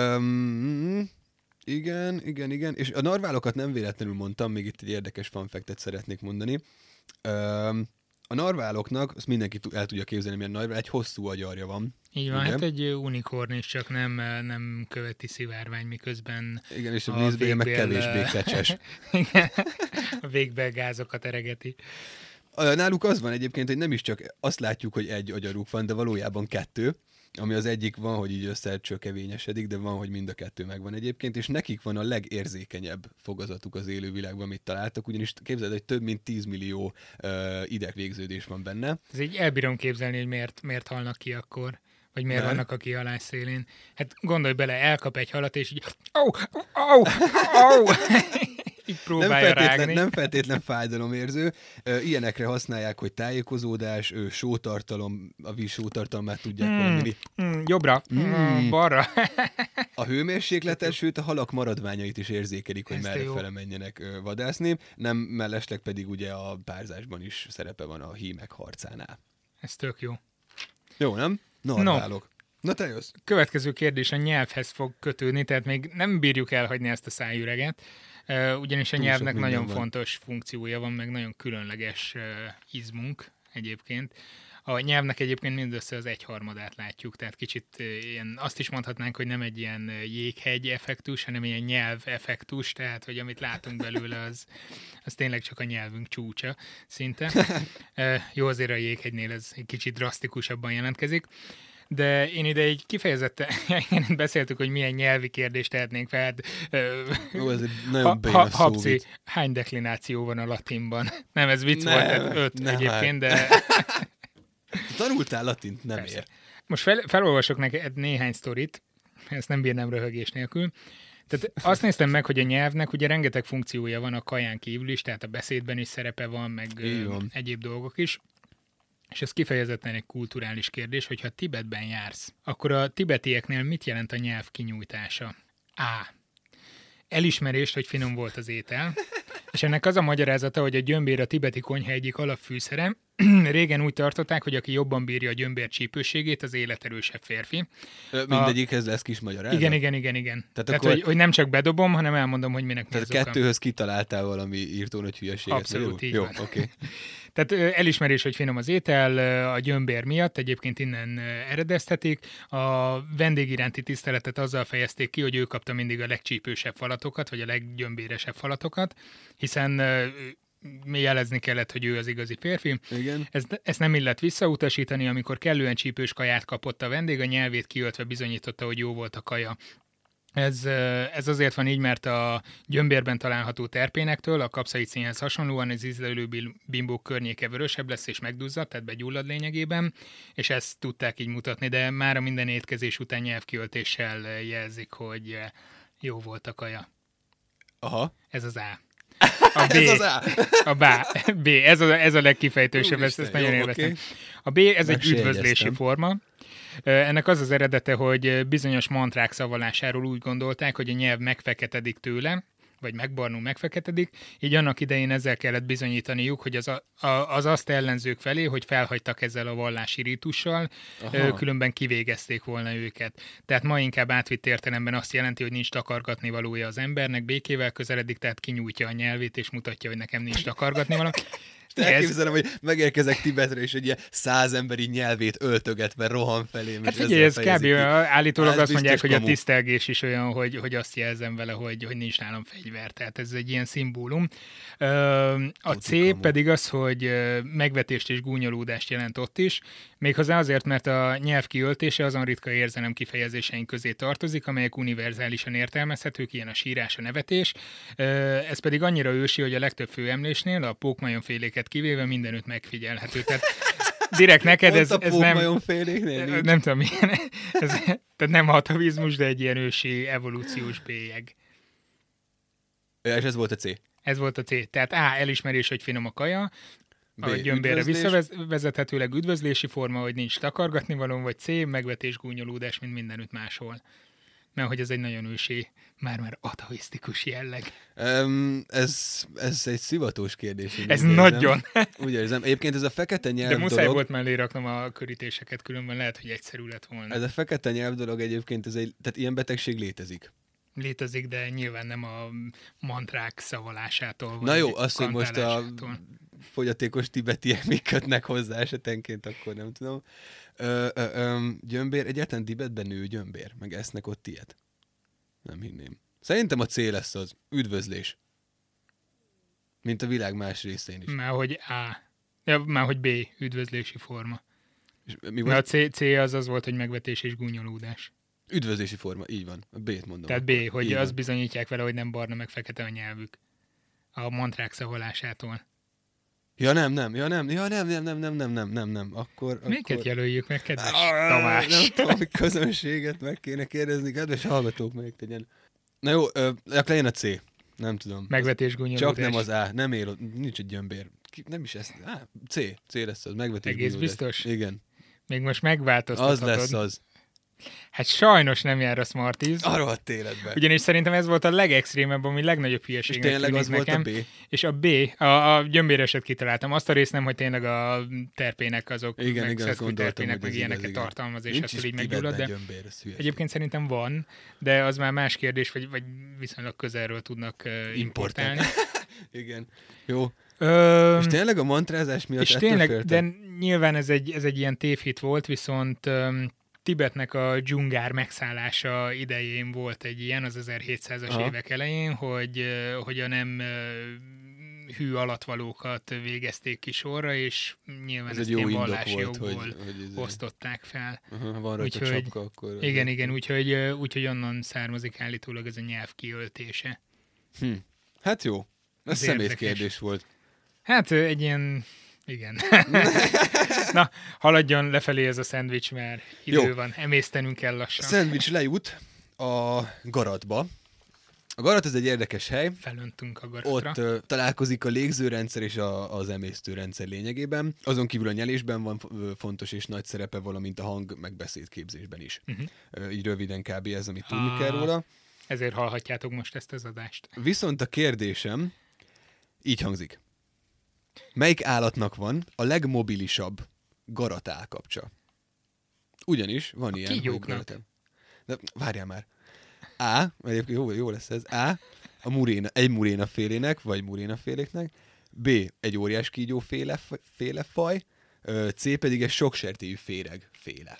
Igen. És a narválokat nem véletlenül mondtam, még itt egy érdekes funfactet szeretnék mondani. A narváloknak, azt mindenki el tudja képzelni, milyen narvál, egy hosszú agyarja van. Így van, ugye? Hát egy unikorn is, csak nem követi szivárvány, miközben igen, és a vízbél meg kevésbé kecses. Igen, a végbel gázokat eregeti. Náluk az van egyébként, hogy nem is csak azt látjuk, hogy egy agyaruk van, de valójában kettő, ami az egyik van, hogy így összecsökevényesedik, de van, hogy mind a kettő megvan egyébként, és nekik van a legérzékenyebb fogazatuk az élővilágban, amit találtak, ugyanis képzeld, hogy több mint 10 millió idegvégződés van benne. Ez így elbírom képzelni, hogy miért halnak ki akkor, vagy miért vannak a kihalás szélén. Hát gondolj bele, elkap egy halat, és így így próbálja rágni. Nem feltétlen fájdalomérző. Ilyenekre használják, hogy tájékozódás, sótartalom, a víz sótartalmát tudják valamilyen. Jobbra, balra. A hőmérsékletet, sőt a halak maradványait is érzékelik, hogy merre fele menjenek vadászni. Nem mellesleg pedig ugye a párzásban is szerepe van a hímek harcánál. Ez tök jó. Jó, nem? Narválok. Na te jössz. Következő kérdés a nyelvhez fog kötődni, tehát még nem bírjuk elhagyni ezt a szájüreget, ugyanis a nyelvnek nagyon fontos funkciója van, meg nagyon különleges izmunk egyébként. A nyelvnek egyébként mindössze az 1/3 látjuk, tehát kicsit ilyen, azt is mondhatnánk, hogy nem egy ilyen jéghegy effektus, hanem ilyen nyelv effektus, tehát hogy amit látunk belőle, az tényleg csak a nyelvünk csúcsa szinte. Jó, azért a jéghegynél ez egy kicsit drasztikusabban jelentkezik. De én ide egy kifejezetten beszéltük, hogy milyen nyelvi kérdést tehetnénk fel. Jó, ez egy nagyon béna Habci, hány deklináció van a latinban? Nem, ez vicc volt, tehát 5 egyébként, de... Tanultál latint, nem Persze. ér. Most felolvasok neked néhány sztorit, ezt nem bírnám röhögés nélkül. Tehát azt néztem meg, hogy a nyelvnek ugye rengeteg funkciója van a kaján kívül is, tehát a beszédben is szerepe van, meg egyéb dolgok is. És ez kifejezetten egy kulturális kérdés, hogyha Tibetben jársz, akkor a tibetieknél mit jelent a nyelv kinyújtása? A. Elismerést, hogy finom volt az étel. És ennek az a magyarázata, hogy a gyömbér a tibeti konyha egyik alapfűszere. Régen úgy tartották, hogy aki jobban bírja a gyömbér csípőségét, az életerősebb férfi. Mindegyikhez lesz kis magyarázat? Igen. Tehát akkor... hogy nem csak bedobom, hanem elmondom, hogy minek mi az oka. Tehát kettőhöz kitaláltál valami írtónagy hülyeséget. Abszolút, így jó, van. Okay. Tehát elismerés, hogy finom az étel a gyömbér miatt, egyébként innen eredeztetik. A vendég iránti tiszteletet azzal fejezték ki, hogy ő kapta mindig a legcsípősebb falatokat, vagy a leggyömbéresebb falatokat, hiszen jelezni kellett, hogy ő az igazi férfi. Igen. Ezt nem illett visszautasítani, amikor kellően csípős kaját kapott a vendég, a nyelvét kiöltve bizonyította, hogy jó volt a kaja. Ez azért van így, mert a gyömbérben található terpénektől, a kapszaicínhez hasonlóan az ízlelő bimbók környéke vörösebb lesz és megduzzad, tehát begyullad lényegében, és ezt tudták így mutatni, de már a minden étkezés után nyelvkiöltéssel jelzik, hogy jó volt a kaja. Aha. Ez az A. A B. Ez az A. A B. Ez a legkifejtősebb, ezt nagyon élveztem. Okay. A B, ez egy üdvözlési forma. Ennek az az eredete, hogy bizonyos mantrák szavalásáról úgy gondolták, hogy a nyelv megfeketedik tőle, vagy megbarnul, megfeketedik, így annak idején ezzel kellett bizonyítaniuk, hogy az azt ellenzők felé, hogy felhagytak ezzel a vallási rítussal, különben kivégezték volna őket. Tehát ma inkább átvitt értelemben azt jelenti, hogy nincs takargatni valója az embernek, békével közeledik, tehát kinyújtja a nyelvét, és mutatja, hogy nekem nincs takargatni való. Elképzelem, hogy megérkezek Tibetre, és egy ilyen 100 emberi nyelvét öltögetve rohan felém. Hát figyelj, ez kb. Állítólag azt mondják, hogy kamu. a tisztelgés is olyan, hogy azt jelzem vele, hogy nincs nálam fegyver. Tehát ez egy ilyen szimbólum. A C kamu. pedig az, hogy megvetést és gúnyolódást jelent ott is. Méghozzá azért, mert a nyelv kiöltése azon ritka érzelem kifejezéseink közé tartozik, amelyek univerzálisan értelmezhetők, ilyen a sírás, a nevetés. Ez pedig annyira ősi, hogy a legtöbb főemlésnél, a pókmajomféléket kivéve mindenütt megfigyelhető. Tehát direkt neked ez nem... Nem tudom, milyen, tehát nem atavizmus, de egy ilyen ősi evolúciós bélyeg. Ja, és ez volt a C. Ez volt a C. Tehát A. Elismerés, hogy finom a kaja, B. a gyömbérre Üdvözlés. visszavezethetőleg üdvözlési forma, hogy nincs takargatni való, vagy C. Megvetés, gúnyolódás, mint mindenütt máshol. Mert hogy ez egy nagyon ősi, már atavisztikus jelleg. Ez egy szivatós kérdés. Ez nagyon. Úgy érzem. Egyébként ez a fekete nyelv De muszáj dolog, volt mellé raknom a körítéseket, különben lehet, hogy egyszerű lett volna. ez a fekete nyelv dolog egyébként, tehát ilyen betegség létezik. Létezik, de nyilván nem a mantrák szavalásától. Na jó, azt, hogy most a kantálásától. fogyatékos tibetiek még kötnek hozzá esetenként, akkor nem tudom. Gyömbér, egyáltalán Tibetben nő gyömbér, meg esznek ott ilyet. Nem hinném. Szerintem a C lesz az. Üdvözlés. Mint a világ más részén is. Már hogy A. Ja, már hogy B. Üdvözlési forma. És mi Mert volt? a C az volt, hogy megvetés és gúnyolódás. Üdvözlési forma, így van. A B-t mondom. Tehát B, akkor. hogy Így azt van. bizonyítják vele, hogy nem barna meg fekete a nyelvük. A mantrák szavalásától. Ja nem. Akkor... Melyiket jelöljük meg, kedves Nem Tamás? tudom, hogy közönséget meg kéne kérdezni, kedves hallgatók, melyik tegyen. Na jó, akkor legyen a C. Nem tudom. Megvetés, gúnyolódás. Csak nem az A, nem él ott, nincs egy gyömbér. Nem is ezt. C lesz az, megvetés. Egész gúnyolódás. biztos? Igen. Még most Az megváltoztathatod. lesz az. Hát sajnos nem jár a Smarties. Arra a életbe. Ugyanis szerintem ez volt a legextrémebb, ami legnagyobb És hülyeségnek tényleg tűnik az volt nekem. a B. És a B, a gyömbéreset kitaláltam. Azt a részt nem, hogy tényleg a terpének azok, Igen, meg azt szeszkű gondoltam, terpének, hogy meg ez ilyeneket igaz, igen. tartalmaz, és Nincs attól is így meggyullad, Tibetben de gyömbér, ez hülyeség. egyébként szerintem van, de az már más kérdés, vagy viszonylag közelről tudnak importálni. Igen. Jó. Ö, És tényleg a mantrázás miatt és ettől tényleg, féltem? de nyilván ez egy ilyen tévhit volt, viszont Tibetnek a dzsungár megszállása idején volt egy ilyen, az 1700-as Aha. évek elején, hogy a nem hű alatvalókat végezték ki sorra, és nyilván Ez ezt egy jó ilyen indok vallási volt, jogból hogy osztották fel. aha, van rajta Úgyhogy- csapka, akkor... Igen, úgyhogy onnan származik állítólag ez a nyelv kiöltése. Hát jó. Ez Ez személy érdekes. kérdés volt. Hát egy ilyen... Igen. Na, haladjon lefelé ez a szendvics, mert idő Jó. van. Emésztenünk kell A lassan. szendvics lejut a Garatba. A Garat ez egy érdekes hely. Felöntünk a garatra. Ott találkozik a légzőrendszer és az emésztőrendszer lényegében. Azon kívül a nyelésben van fontos és nagy szerepe, valamint a hang meg beszédképzésben is. Így röviden kb. Ez, amit tudni kell róla. Ezért hallhatjátok most ezt az adást. Viszont a kérdésem így hangzik. Melyik állatnak van a legmobilisabb garat állkapcsa? Ugyanis van ilyen, hogy kígyóknak. garat- De várjál már. A, egyébként jó lesz ez. A, egy muréna félének, vagy muréna féléknek. B, egy óriás kígyó féle faj. C pedig egy soksertélyű féreg féle.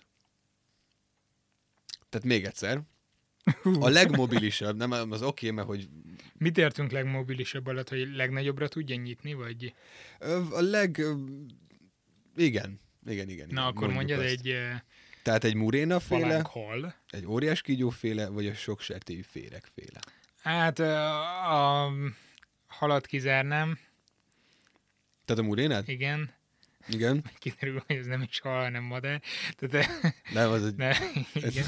Tehát még egyszer. A legmobilisabb, nem az oké, mert hogy Mit értünk legmobilisabb alatt, hogy legnagyobbra tudja nyitni, vagy... a Igen. Na, akkor mondjad azt. egy Tehát egy muréna féle, falánkhal. egy óriás kígyó féle, vagy a soksertélyű féreg féle. Hát a halat kizárnám, Tehát a murénát? igen. Igen. Kiderül, hogy ez nem is hal, hanem madár. Tehát, Nem, az egy... ne, igen.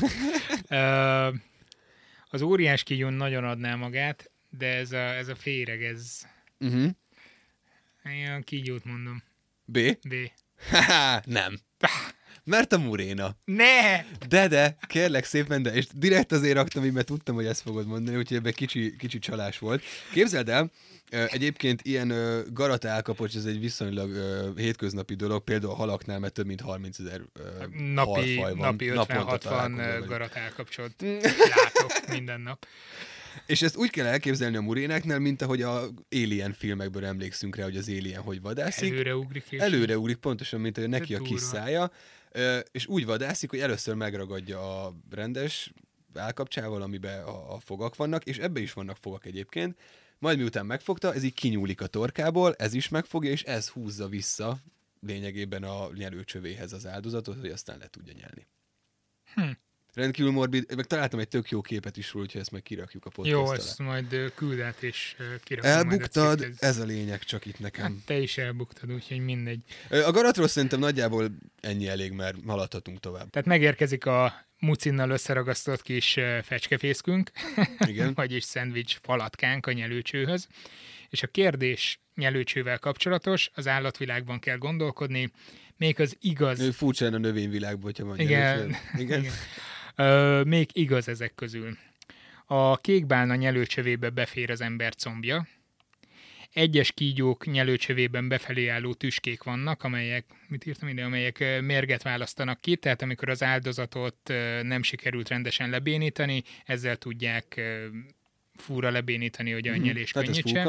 Az óriás kígyón nagyon adná magát, de ez a féreg, ez... Uh-huh. Én a kígyót mondom. B? B. Haha, nem. Mert a muréna. Ne! De, kérlek szépen, de, és direkt azért raktam így, mert tudtam, hogy ezt fogod mondani, úgyhogy ebben kicsi csalás volt. Képzeld el, egyébként ilyen garat elkapocs, ez egy viszonylag hétköznapi dolog, például a halaknál, mert több mint 30 000 halfaj van. Napi Naponta 50-60 találkozol vele. garat elkapcsolt látok minden nap. És ezt úgy kell elképzelni a murénáknál, mint ahogy a Alien filmekből emlékszünk rá, hogy az Alien hogy vadászik. Előreugrik, pontosan, mint hogy neki a kis szája, és úgy vadászik, hogy először megragadja a rendes állkapcsával, amiben a fogak vannak, és ebbe is vannak fogak egyébként. Majd miután megfogta, ez így kinyúlik a torkából, ez is megfogja, és ez húzza vissza lényegében a nyelőcsövéhez az áldozatot, hogy aztán le tudja nyelni. Rendkívül morbid, meg találtam egy tök jó képet is róla, úgyhogy ezt meg kirakjuk a podcast Jó, alá. ezt majd küld át és kirakjuk. Elbuktad, ez a lényeg csak itt nekem. Hát te is elbuktad, úgyhogy mindegy. A garatról szerintem nagyjából ennyi elég, mert haladhatunk tovább. Tehát megérkezik a mucinnal összeragasztott kis fecskefészkünk, Igen. vagyis szendvics falatkánk a nyelőcsőhöz. És a kérdés nyelőcsővel kapcsolatos, az állatvilágban kell gondolkodni, még az igaz... Furcsán a növényvilágban, hogyha van Igen. nyelőcső. Igen. Még igaz ezek közül. A kékbálna nyelőcsövébe befér az ember combja. Egyes kígyók nyelőcsövében befelé álló tüskék vannak, amelyek, amelyek mérget választanak ki, tehát amikor az áldozatot nem sikerült rendesen lebénítani, ezzel tudják fúra lebénítani, hogy a nyelés könnyítse.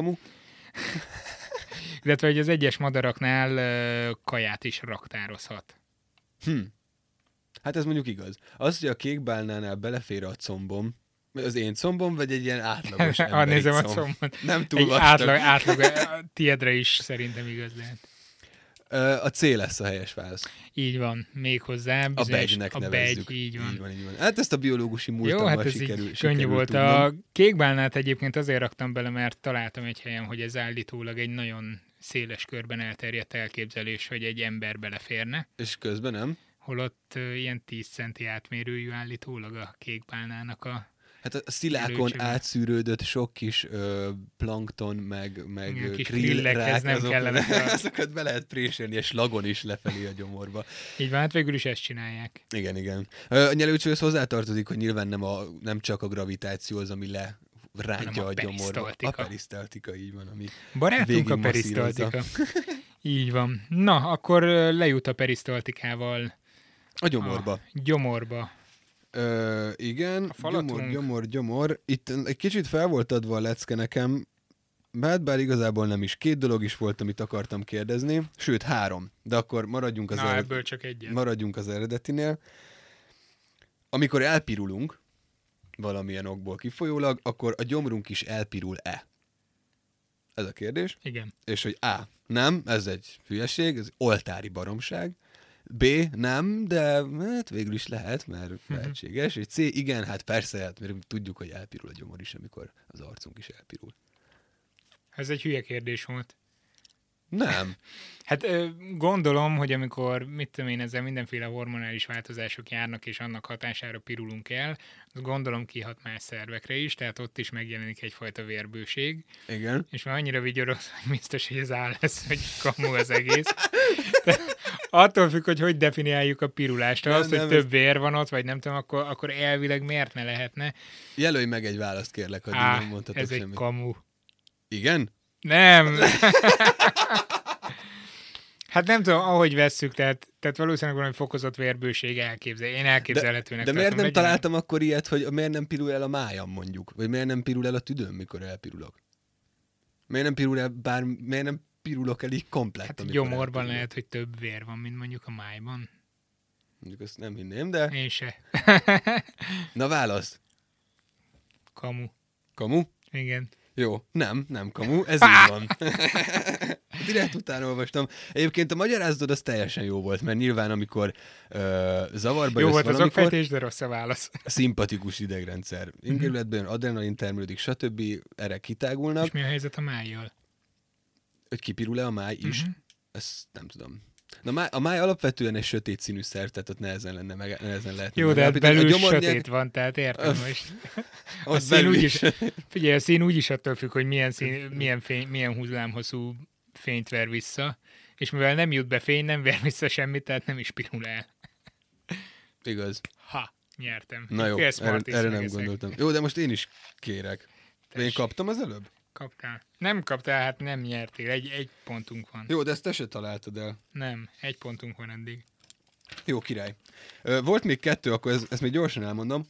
Illetve, hogy az egyes madaraknál kaját is raktározhat. Hát ez mondjuk igaz. Az, hogy a kékbálnánál belefér a combom, az én combom, vagy egy ilyen átlagos emberi nézem comb. a combot. Nem túl egy vastag. átlag tiedre is szerintem igaz lehet. A C lesz a helyes válasz. Így van, méghozzá. A begynek nevezzük. Így van. Így van. Hát ezt a biológusi múltammal hát ez sikerült könnyű volt. tudnom. A kékbálnát egyébként azért raktam bele, mert találtam egy helyen, hogy ez állítólag egy nagyon széles körben elterjedt elképzelés, hogy egy ember beleférne. És közben nem? Holott ilyen 10 centi átmérőjű állítólag a kékbálnának a... Hát a szilákon átszűrődött sok kis plankton, meg grillekhez nem kellene. Azokat be lehet préselni, és lagon is lefelé a gyomorba. Így van, hát végül is ezt csinálják. Igen. A nyelőcsőhöz hozzátartozik, hogy nyilván nem csak a gravitáció az, ami rántja a gyomorba. A perisztaltika, így van, ami barátunk a perisztaltika. Így van. Na, akkor lejut a perisztaltikával a gyomorba. Gyomorba. Igen, gyomor. Itt egy kicsit fel volt adva a lecke nekem, bár igazából nem is. 2 dolog is volt, amit akartam kérdezni, sőt 3, de akkor maradjunk az eredetinél. Amikor elpirulunk, valamilyen okból kifolyólag, akkor a gyomrunk is elpirul-e? Ez a kérdés. Igen. És hogy A, nem, ez egy hülyeség, ez oltári baromság. B, nem, de hát végül is lehet, mert lehetséges. És C, igen, hát persze, hát mert tudjuk, hogy elpirul a gyomor is, amikor az arcunk is elpirul. Ez egy hülye kérdés volt. Nem. Hát gondolom, hogy amikor, mit tudom én, ezzel mindenféle hormonális változások járnak, és annak hatására pirulunk el, az gondolom kihat más szervekre is, tehát ott is megjelenik egyfajta vérbőség. Igen. És már annyira vigyorogsz, hogy biztos, hogy ez áll lesz, hogy kamu az egész. De attól függ, hogy definiáljuk a pirulást. Az, hogy több vér van ott, vagy nem tudom, akkor elvileg miért ne lehetne? Jelölj meg egy választ, kérlek, addig nem mondhatok ez semmit. Egy kamu. Igen? Nem. Hát nem tudom, ahogy vesszük, tehát valószínűleg valami fokozott vérbőség én elképzelhetőnek. De miért nem találtam akkor ilyet, hogy miért nem pirul el a májam mondjuk? Vagy miért nem pirul el a tüdőm, mikor elpirulok? Miért nem pirulok el így komplett? Hát gyomorban lehet, hogy több vér van, mint mondjuk a májban. Mondjuk azt nem hinném, de... Én se. Na válasz. Kamu. Kamu? Igen. Jó, nem kamu, ez így van. Direkt utána olvastam. Egyébként a magyarázatod az teljesen jó volt, mert nyilván amikor zavarba jó jössz volt valamikor... az okfejtés, de rossz a válasz. Szimpatikus idegrendszer. Ingerületben adrenalin termelődik, stb. Erre kitágulnak. És mi a helyzet a májjal? Hogy kipirul-e a máj is? Ezt nem tudom. Na, a máj alapvetően egy sötét színű szer, tehát ott nehezen lehetne. Jó, de hát belül sötét van, tehát értem most. A szín úgyis, figyelj, a szín úgyis attól függ, hogy milyen hullámhosszú fényt ver vissza, és mivel nem jut be fény, nem ver vissza semmit, tehát nem is pirul el. Igaz. Nyertem. Na jó, erre nem gondoltam. Jó, de most én is kérek. Én kaptam az előbb? Kaptál. Nem kaptál, hát nem nyertél. Egy pontunk van. Jó, de ezt te se találtad el. Nem, 1 pontunk van eddig. Jó, király. Volt még 2, akkor ezt még gyorsan elmondom.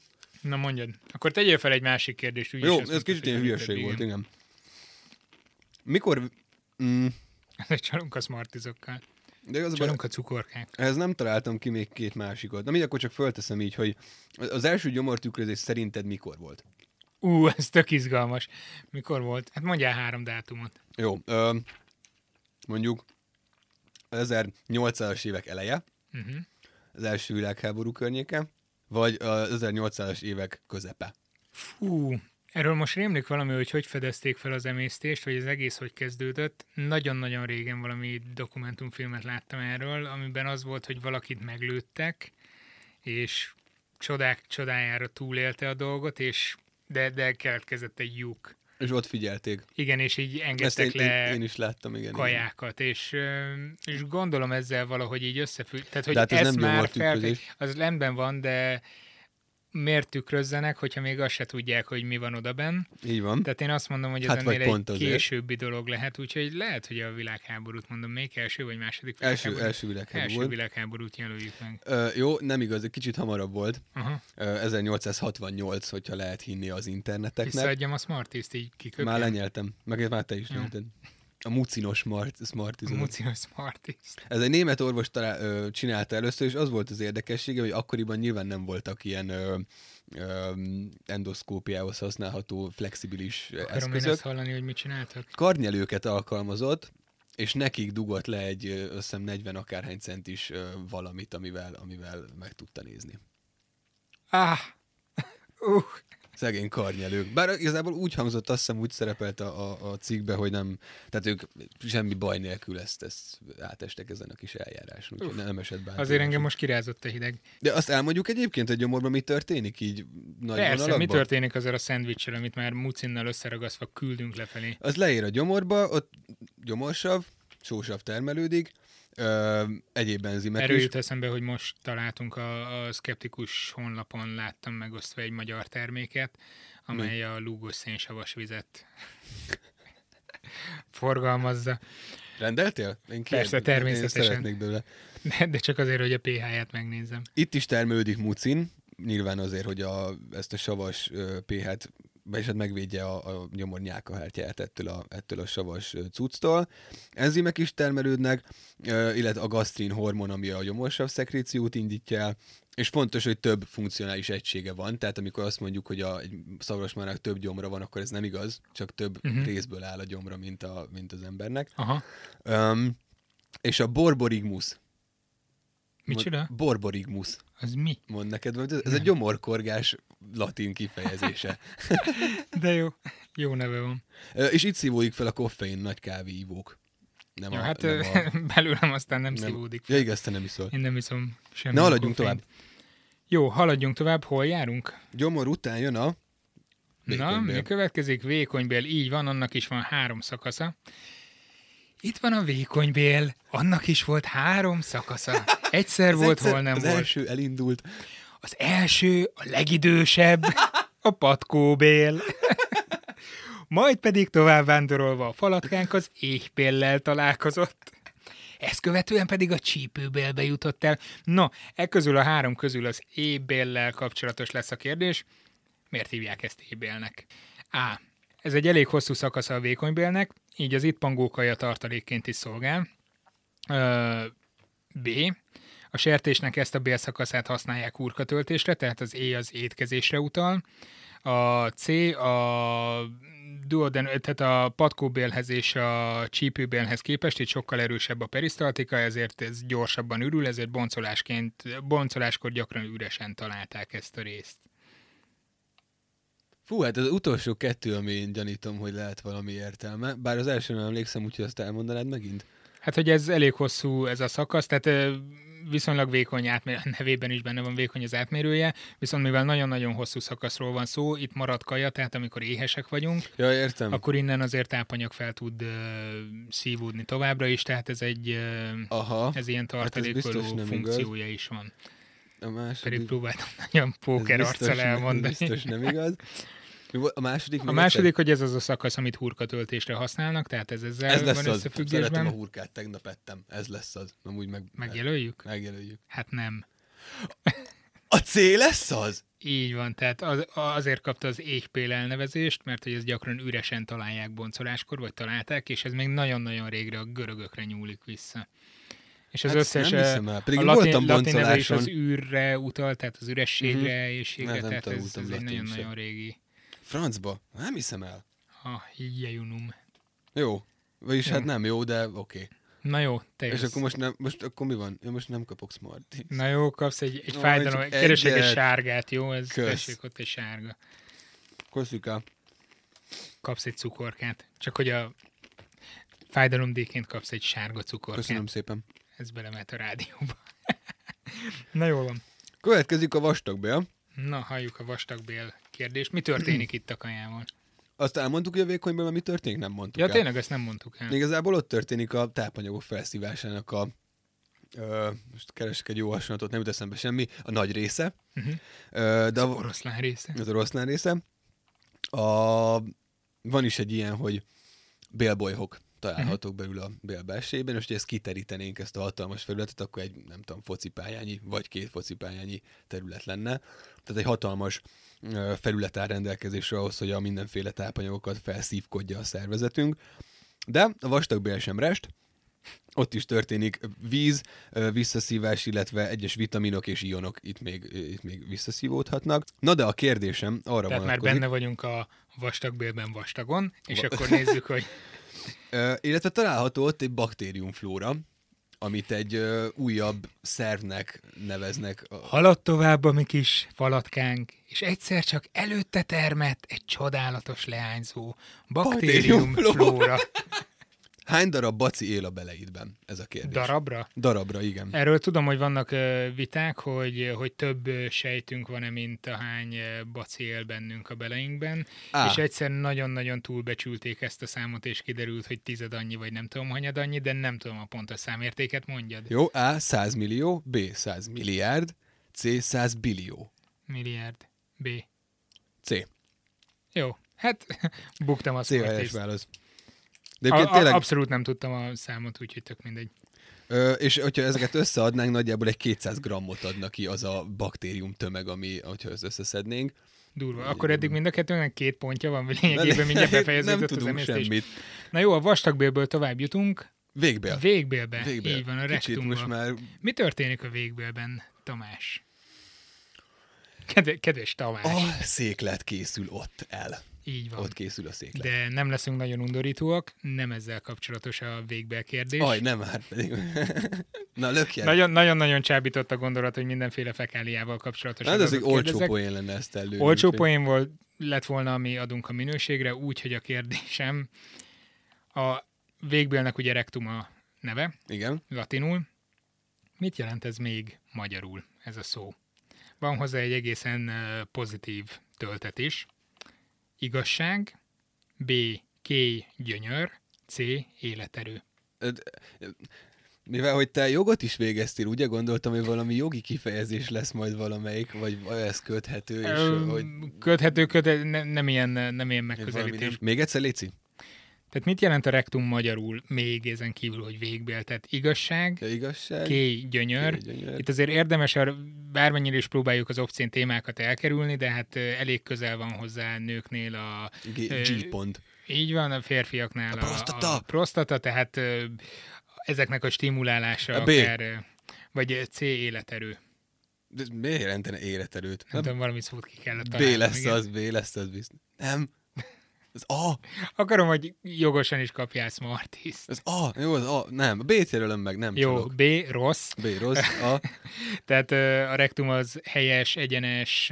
Na mondjad. Akkor tegyél fel egy másik kérdést. Jó, ez kicsit ilyen hülyeség volt, igen. Mikor... Csalunk a smartizokkal. De Csalunk a cukorkák. Ez nem találtam ki még két másikat. Na akkor csak fölteszem így, hogy az első gyomortükrözés szerinted mikor volt? Ez tök izgalmas. Mikor volt? Hát mondjál 3 dátumot. Jó, mondjuk 1800-as évek eleje, az első világháború környéke, vagy az 1800-as évek közepe. Fú, erről most rémlik valami, hogy fedezték fel az emésztést, vagy az egész hogy kezdődött. Nagyon-nagyon régen valami dokumentumfilmet láttam erről, amiben az volt, hogy valakit meglőttek, és csodák csodájára túlélte a dolgot, de keletkezett egy lyuk. És ott figyelték. Igen, és így engedtek le én is láttam, igen, kajákat, és gondolom ezzel valahogy így összefügg. Tehát, hogy hát ez már az rendben van, de miért tükrözzenek, hogyha még azt se tudják, hogy mi van odabenn. Így van. Tehát én azt mondom, hogy ez ennél egy későbbi dolog lehet, úgyhogy lehet, hogy a világháborút mondom, még első vagy második világháború? Első világháború. Első világháborút jelöljük meg. Jó, nem igaz, egy kicsit hamarabb volt. 1868, hogyha lehet hinni az interneteknek. Visszaadjam a Smarties-t, így kiköpjem. Már lenyeltem, meg már te is nyelted. A mucinos Smarties. A mucinos Smarties. Ez egy német orvos csinálta először, és az volt az érdekessége, hogy akkoriban nyilván nem voltak ilyen endoszkópiához használható flexibilis eszközök. Akarom én ezt hallani, hogy mit csináltak? Karnyelőket alkalmazott, és nekik dugott le egy, azt hiszem, 40 akárhány centis valamit, amivel meg tudta nézni. Szegény karnyelők. Bár igazából úgy hangzott, azt hiszem, úgy szerepelt a cikkbe, hogy nem, tehát ők semmi baj nélkül ezt átestek ezen a kis eljáráson, úgyhogy nem esett bár. Azért engem most kirázott a hideg. De azt elmondjuk egyébként, hogy gyomorban mi történik így nagy Persze, vonalakban? mi történik azért a szendvicsel, amit már mucinnal összeragasztva küldünk lefelé? Az leér a gyomorba, ott gyomorsav, sósav termelődik, egyéb enzimek Erről is. jut eszembe, hogy most találtunk a Szkeptikus honlapon, láttam megosztva egy magyar terméket, amely a lúgos szénsavas vizet forgalmazza. Rendeltél? Persze, természetesen. Én szeretnék belőle. De csak azért, hogy a pH-ját megnézzem. Itt is termelődik mucin, nyilván azért, hogy ezt a savas pH-t és hát megvédje a gyomor nyálkahártyáját ettől a savas cucctól. Enzimek is termelődnek, illetve a gasztrin hormon, ami a gyomorsav szekréciót indítja el, és fontos, hogy több funkcionális egysége van, tehát amikor azt mondjuk, hogy egy szarvasmarhának több gyomra van, akkor ez nem igaz, csak több részből áll a gyomra, mint az embernek. Aha. És a borborigmus. Micsoda? Borborigmus. Az mi? Mond neked, ez a gyomorkorgás latin kifejezése. De jó. Jó neve van. És itt szívódik fel a koffein nagy kávéívók. Belőlem aztán nem szívódik fel. Ja, igaz, te nem iszol. Én nem iszom semmi. Ne haladjunk tovább. Jó, haladjunk tovább. Hol járunk? Gyomor után jön a vékonybél. Na, mi következik? Vékonybél. Így van, annak is van 3 szakasza. Itt van a vékonybél. Annak is volt 3 szakasza. Egyszer volt, hol nem volt. Az első elindult. Az első, a legidősebb, a patkóbél. Majd pedig tovább vándorolva a falatkánk az éhbéllel találkozott. Ezt követően pedig a csípőbélbe jutott el. No, közül a 3 közül az éhbéllel kapcsolatos lesz a kérdés. Miért hívják ezt éhbélnek? A. Ez egy elég hosszú szakasza a vékonybélnek, így az ittpangókaja tartalékként is szolgál. B. A sertésnek ezt a bélszakaszát használják hurkatöltésre, tehát az E az étkezésre utal. A C tehát a patkóbélhez és a csípőbélhez képest itt sokkal erősebb a perisztaltika, ezért ez gyorsabban ürül, ezért boncoláskor gyakran üresen találták ezt a részt. Fú, hát az utolsó 2, ami én gyanítom, hogy lehet valami értelme, bár az első nem emlékszem, úgyhogy azt elmondanád megint? Hát, hogy ez elég hosszú ez a szakasz, tehát viszonylag vékony nevében is benne van vékony az átmérője, viszont mivel nagyon-nagyon hosszú szakaszról van szó, itt marad kaja, tehát amikor éhesek vagyunk, ja, értem. Akkor innen azért tápanyag fel tud szívódni továbbra is, tehát ez egy ez ilyen tartalékoló funkciója igaz. Is van. A második... Pedig próbáltam nagyon póker arccal elmondani. Ez biztos nem igaz. A második, hogy ez az a szakasz, amit hurkatöltésre használnak, tehát ez ezzel van összefüggésben. Szeretem a hurkát, tegnap ettem. Ez lesz az. Amúgy Megjelöljük? Megjelöljük. Hát nem. A C lesz az? Így van, tehát azért kapta az éhpél elnevezést, mert hogy ezt gyakran üresen találják boncoláskor, vagy találták, és ez még nagyon-nagyon régre a görögökre nyúlik vissza. És az összes, pedig a latin neve is az űrre utal, tehát az ürességre, éjségre, tehát ez egy nagyon-nagyon régi. Francba? Nem hiszem el. A jejunum. Jó. Vagyis hát nem jó, de oké. Na jó, te jössz. És akkor most akkor mi van? Ja, most nem kapok Smarties. Na jó, kapsz egy fájdalom, keresek egy sárgát, jó? Ez tessék ott egy sárga. Köszönöm. Kapsz egy cukorkát. Csak hogy a fájdalomdíjként kapsz egy sárga cukorkát. Köszönöm szépen. Ez belemet a rádióba. Na jól van. Következik a vastagbél. Na, halljuk a vastagbél kérdést. Mi történik itt a kajával? Azt elmondtuk, hogy a vékonyből mi történik? Nem mondtuk el. Ja, tényleg ezt nem mondtuk el. Igazából ott történik a tápanyagok felszívásának a most keresek egy jó hasonlatot, nem jut eszembe semmi, a nagy része. De az oroszlán része. Az oroszlán része. Van is egy ilyen, hogy bélbolyhok találhatók belül a bél belsejében, és hogy ezt kiterítenénk, ezt a hatalmas felületet, akkor egy, nem tudom, focipályányi, vagy 2 focipályányi terület lenne. Tehát egy hatalmas felület áll rendelkezésre ahhoz, hogy a mindenféle tápanyagokat felszívkodja a szervezetünk. De a vastagbél sem rest, ott is történik víz, visszaszívás, illetve egyes vitaminok és ionok itt még visszaszívódhatnak. Na de a kérdésem arra vonatkozik. Tehát már benne vagyunk a vastagbélben vastagon, és akkor nézzük, hogy... Illetve található ott egy baktériumflóra, amit egy újabb szervnek neveznek. Halad tovább a mi kis falatkánk, és egyszer csak előtte termett egy csodálatos leányzó baktériumflóra. Hány darab baci él a beleidben? Ez a kérdés. Darabra? Darabra, igen. Erről tudom, hogy vannak viták, hogy több sejtünk van-e, mint ahány baci él bennünk a beleinkben, és egyszer nagyon-nagyon túlbecsülték ezt a számot, és kiderült, hogy 10 annyi, vagy nem tudom, hanyad annyi, de nem tudom a pontos számértéket, mondjad. Jó, A 100 millió, B 100 milliárd, C 100 billió. Milliárd. B. C. Jó, hát buktam a C a helyes válasz. Tényleg... Abszolút nem tudtam a számot, úgyhogy tök mindegy. És hogyha ezeket összeadnánk, nagyjából egy 200 grammot adna ki az a baktérium tömeg, hogyha ezt összeszednénk. Durva. Akkor eddig mind a kettőnek 2 pontja van, lényegében mindjárt befejeződött az emésztés. Semmit. Na jó, a vastagbélből tovább jutunk. Végbél. Végbélbe. Így van, a rektumba. Már... Mi történik a végbélben, Tamás? Kedves Tamás. A széklet készül ott el. Így van. Ott készül a széklet. De nem leszünk nagyon undorítóak, nem ezzel kapcsolatos a végbél kérdés. Nem már pedig. Na, lökjen. Nagyon csábított a gondolat, hogy mindenféle fekáliával kapcsolatos. Hát ez egy olcsó poén lenne ezt előni. Olcsó poén lett volna, ami adunk a minőségre, úgyhogy a kérdésem, a végbélnek ugye rektum a neve. Igen. Latinul. Mit jelent ez még magyarul, ez a szó? Van hozzá egy egészen pozitív töltet is. Igazság, B. Kéj gyönyör, C. Életerő. Mivel, hogy te jogot is végeztél, ugye gondoltam, hogy valami jogi kifejezés lesz majd valamelyik, vagy ez köthető, és hogy... Köthető, nem ilyen megközelítés. Még egyszer, Léci? Tehát mit jelent a rektum magyarul még ezen kívül, hogy végbél? Tehát igazság, kéj gyönyör. Itt azért érdemes, bármennyire is próbáljuk az obszén témákat elkerülni, de hát elég közel van hozzá nőknél a... G-pont. Így van, a férfiaknál a prostata, tehát ezeknek a stimulálása akár, vagy C életerő. De miért jelentene életerőt? Nem tudom, valami szót ki kellett találni. B lesz az biztos. Nem. Az A. Akarom, hogy jogosan is kapjál Smarties. Az A. Jó, az A. Nem, a B-t jelölöm meg, nem jó, csalok. B rossz. B rossz, A. Tehát a rektum az helyes, egyenes,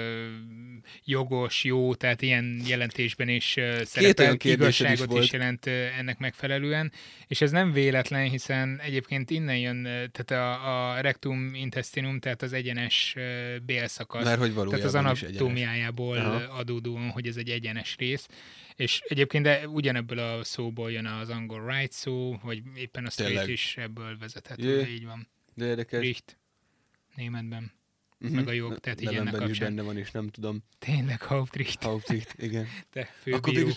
jogos, jó, tehát ilyen jelentésben is szerepel. Igazságot is jelent ennek megfelelően. És ez nem véletlen, hiszen egyébként innen jön, tehát a rectum intestinum, tehát az egyenes bélszakasz. Mert hogy tehát az anatómiájából adódóan, hogy ez egy egyenes rész. És egyébként ugyanebből a szóból jön az angol right szó, vagy éppen a straight is ebből vezethető, így van. De érdekes. Richt, németben. Meg a jog, tehát így ennek kapcsán. Nevemen is benne van, és nem tudom. Tényleg, Hauptricht. Hauptricht, igen. Te főbíró.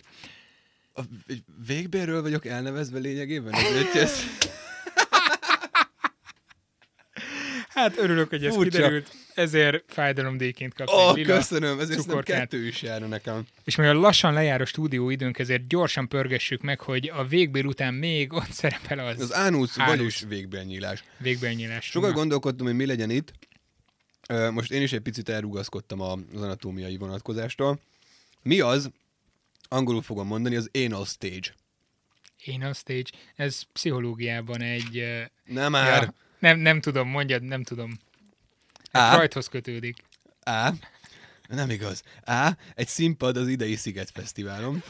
Végbélről vagyok elnevezve lényegében? Hát örülök, hogy ez Furcsa. kiderült, ezért fájdalomdíjként kapsz egy lila Köszönöm, ezért nem cukorkát. 2 is járna nekem. És mivel lassan lejár a stúdióidőnk, ezért gyorsan pörgessük meg, hogy a végbél után még ott szerepel Az ánusz Ánusz. vagyis végbélnyílás. végbélnyílás. Sokat gondolkodtam, hogy mi legyen itt. Most én is egy picit elrugaszkodtam az anatómiai vonatkozástól. Mi az, angolul fogom mondani, az anal stage. Anal stage, ez pszichológiában egy... Nem már. Nem tudom, mondjad, nem tudom. Á. Freudhoz kötődik. A. Nem igaz. A. Egy színpad az idei Szigetfesztiválon.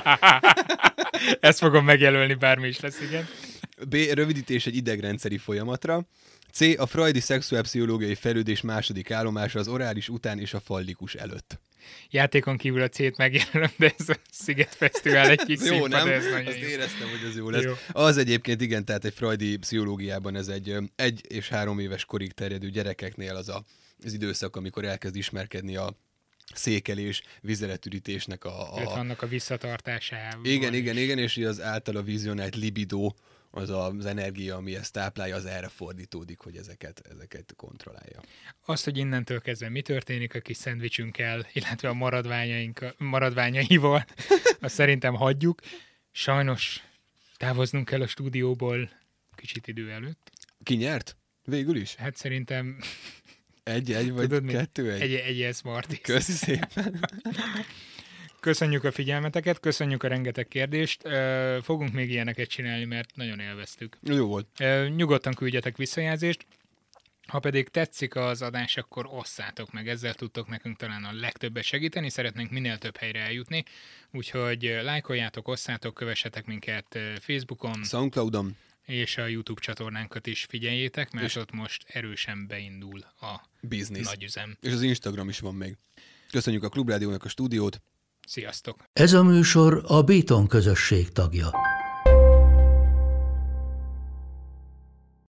Ezt fogom megjelölni, bármi is lesz, igen. B. Rövidítés egy idegrendszeri folyamatra. C. A freudi szexuálpszichológiai fejlődés második állomása az orális után és a fallikus előtt. Játékon kívül a C-t megjelölöm, de ez a Szigetfesztivál egyik Jó, színpad, nem? ez nagyon Azt jó. éreztem, hogy az jó lesz. Jó. Az egyébként igen, tehát egy freudi pszichológiában ez egy 1 és 3 éves korig terjedő gyerekeknél az időszak, amikor elkezd ismerkedni a székelés, vizeletürítésnek Illetve annak a visszatartásával. Igen, és az általa vizionált libido, az energia, ami ezt táplálja, az erre fordítódik, hogy ezeket kontrollálja. Azt, hogy innentől kezdve mi történik a kis szendvicsünkkel, illetve a maradványaival, azt szerintem hagyjuk. Sajnos távoznunk kell a stúdióból kicsit idő előtt. Ki nyert? Végül is? Hát szerintem 1-1 vagy tudod mi? 2-1? Egy Smarties. Köszi szépen! Köszönjük a figyelmeteket, köszönjük a rengeteg kérdést. Fogunk még ilyeneket csinálni, mert nagyon élveztük. Jó volt. Nyugodtan küldjetek visszajelzést. Ha pedig tetszik az adás, akkor osszátok meg, ezzel tudtok nekünk talán a legtöbbet segíteni, szeretnénk minél több helyre eljutni, úgyhogy lájkoljátok, osszátok, kövessetek minket Facebookon, Soundcloudon. és a YouTube csatornánkat is figyeljétek, mert És ott most erősen beindul a business. nagyüzem. És az Instagram is van még. Köszönjük a Klubrádiónak a stúdiót. Sziasztok! Ez a műsor a Béton közösség tagja.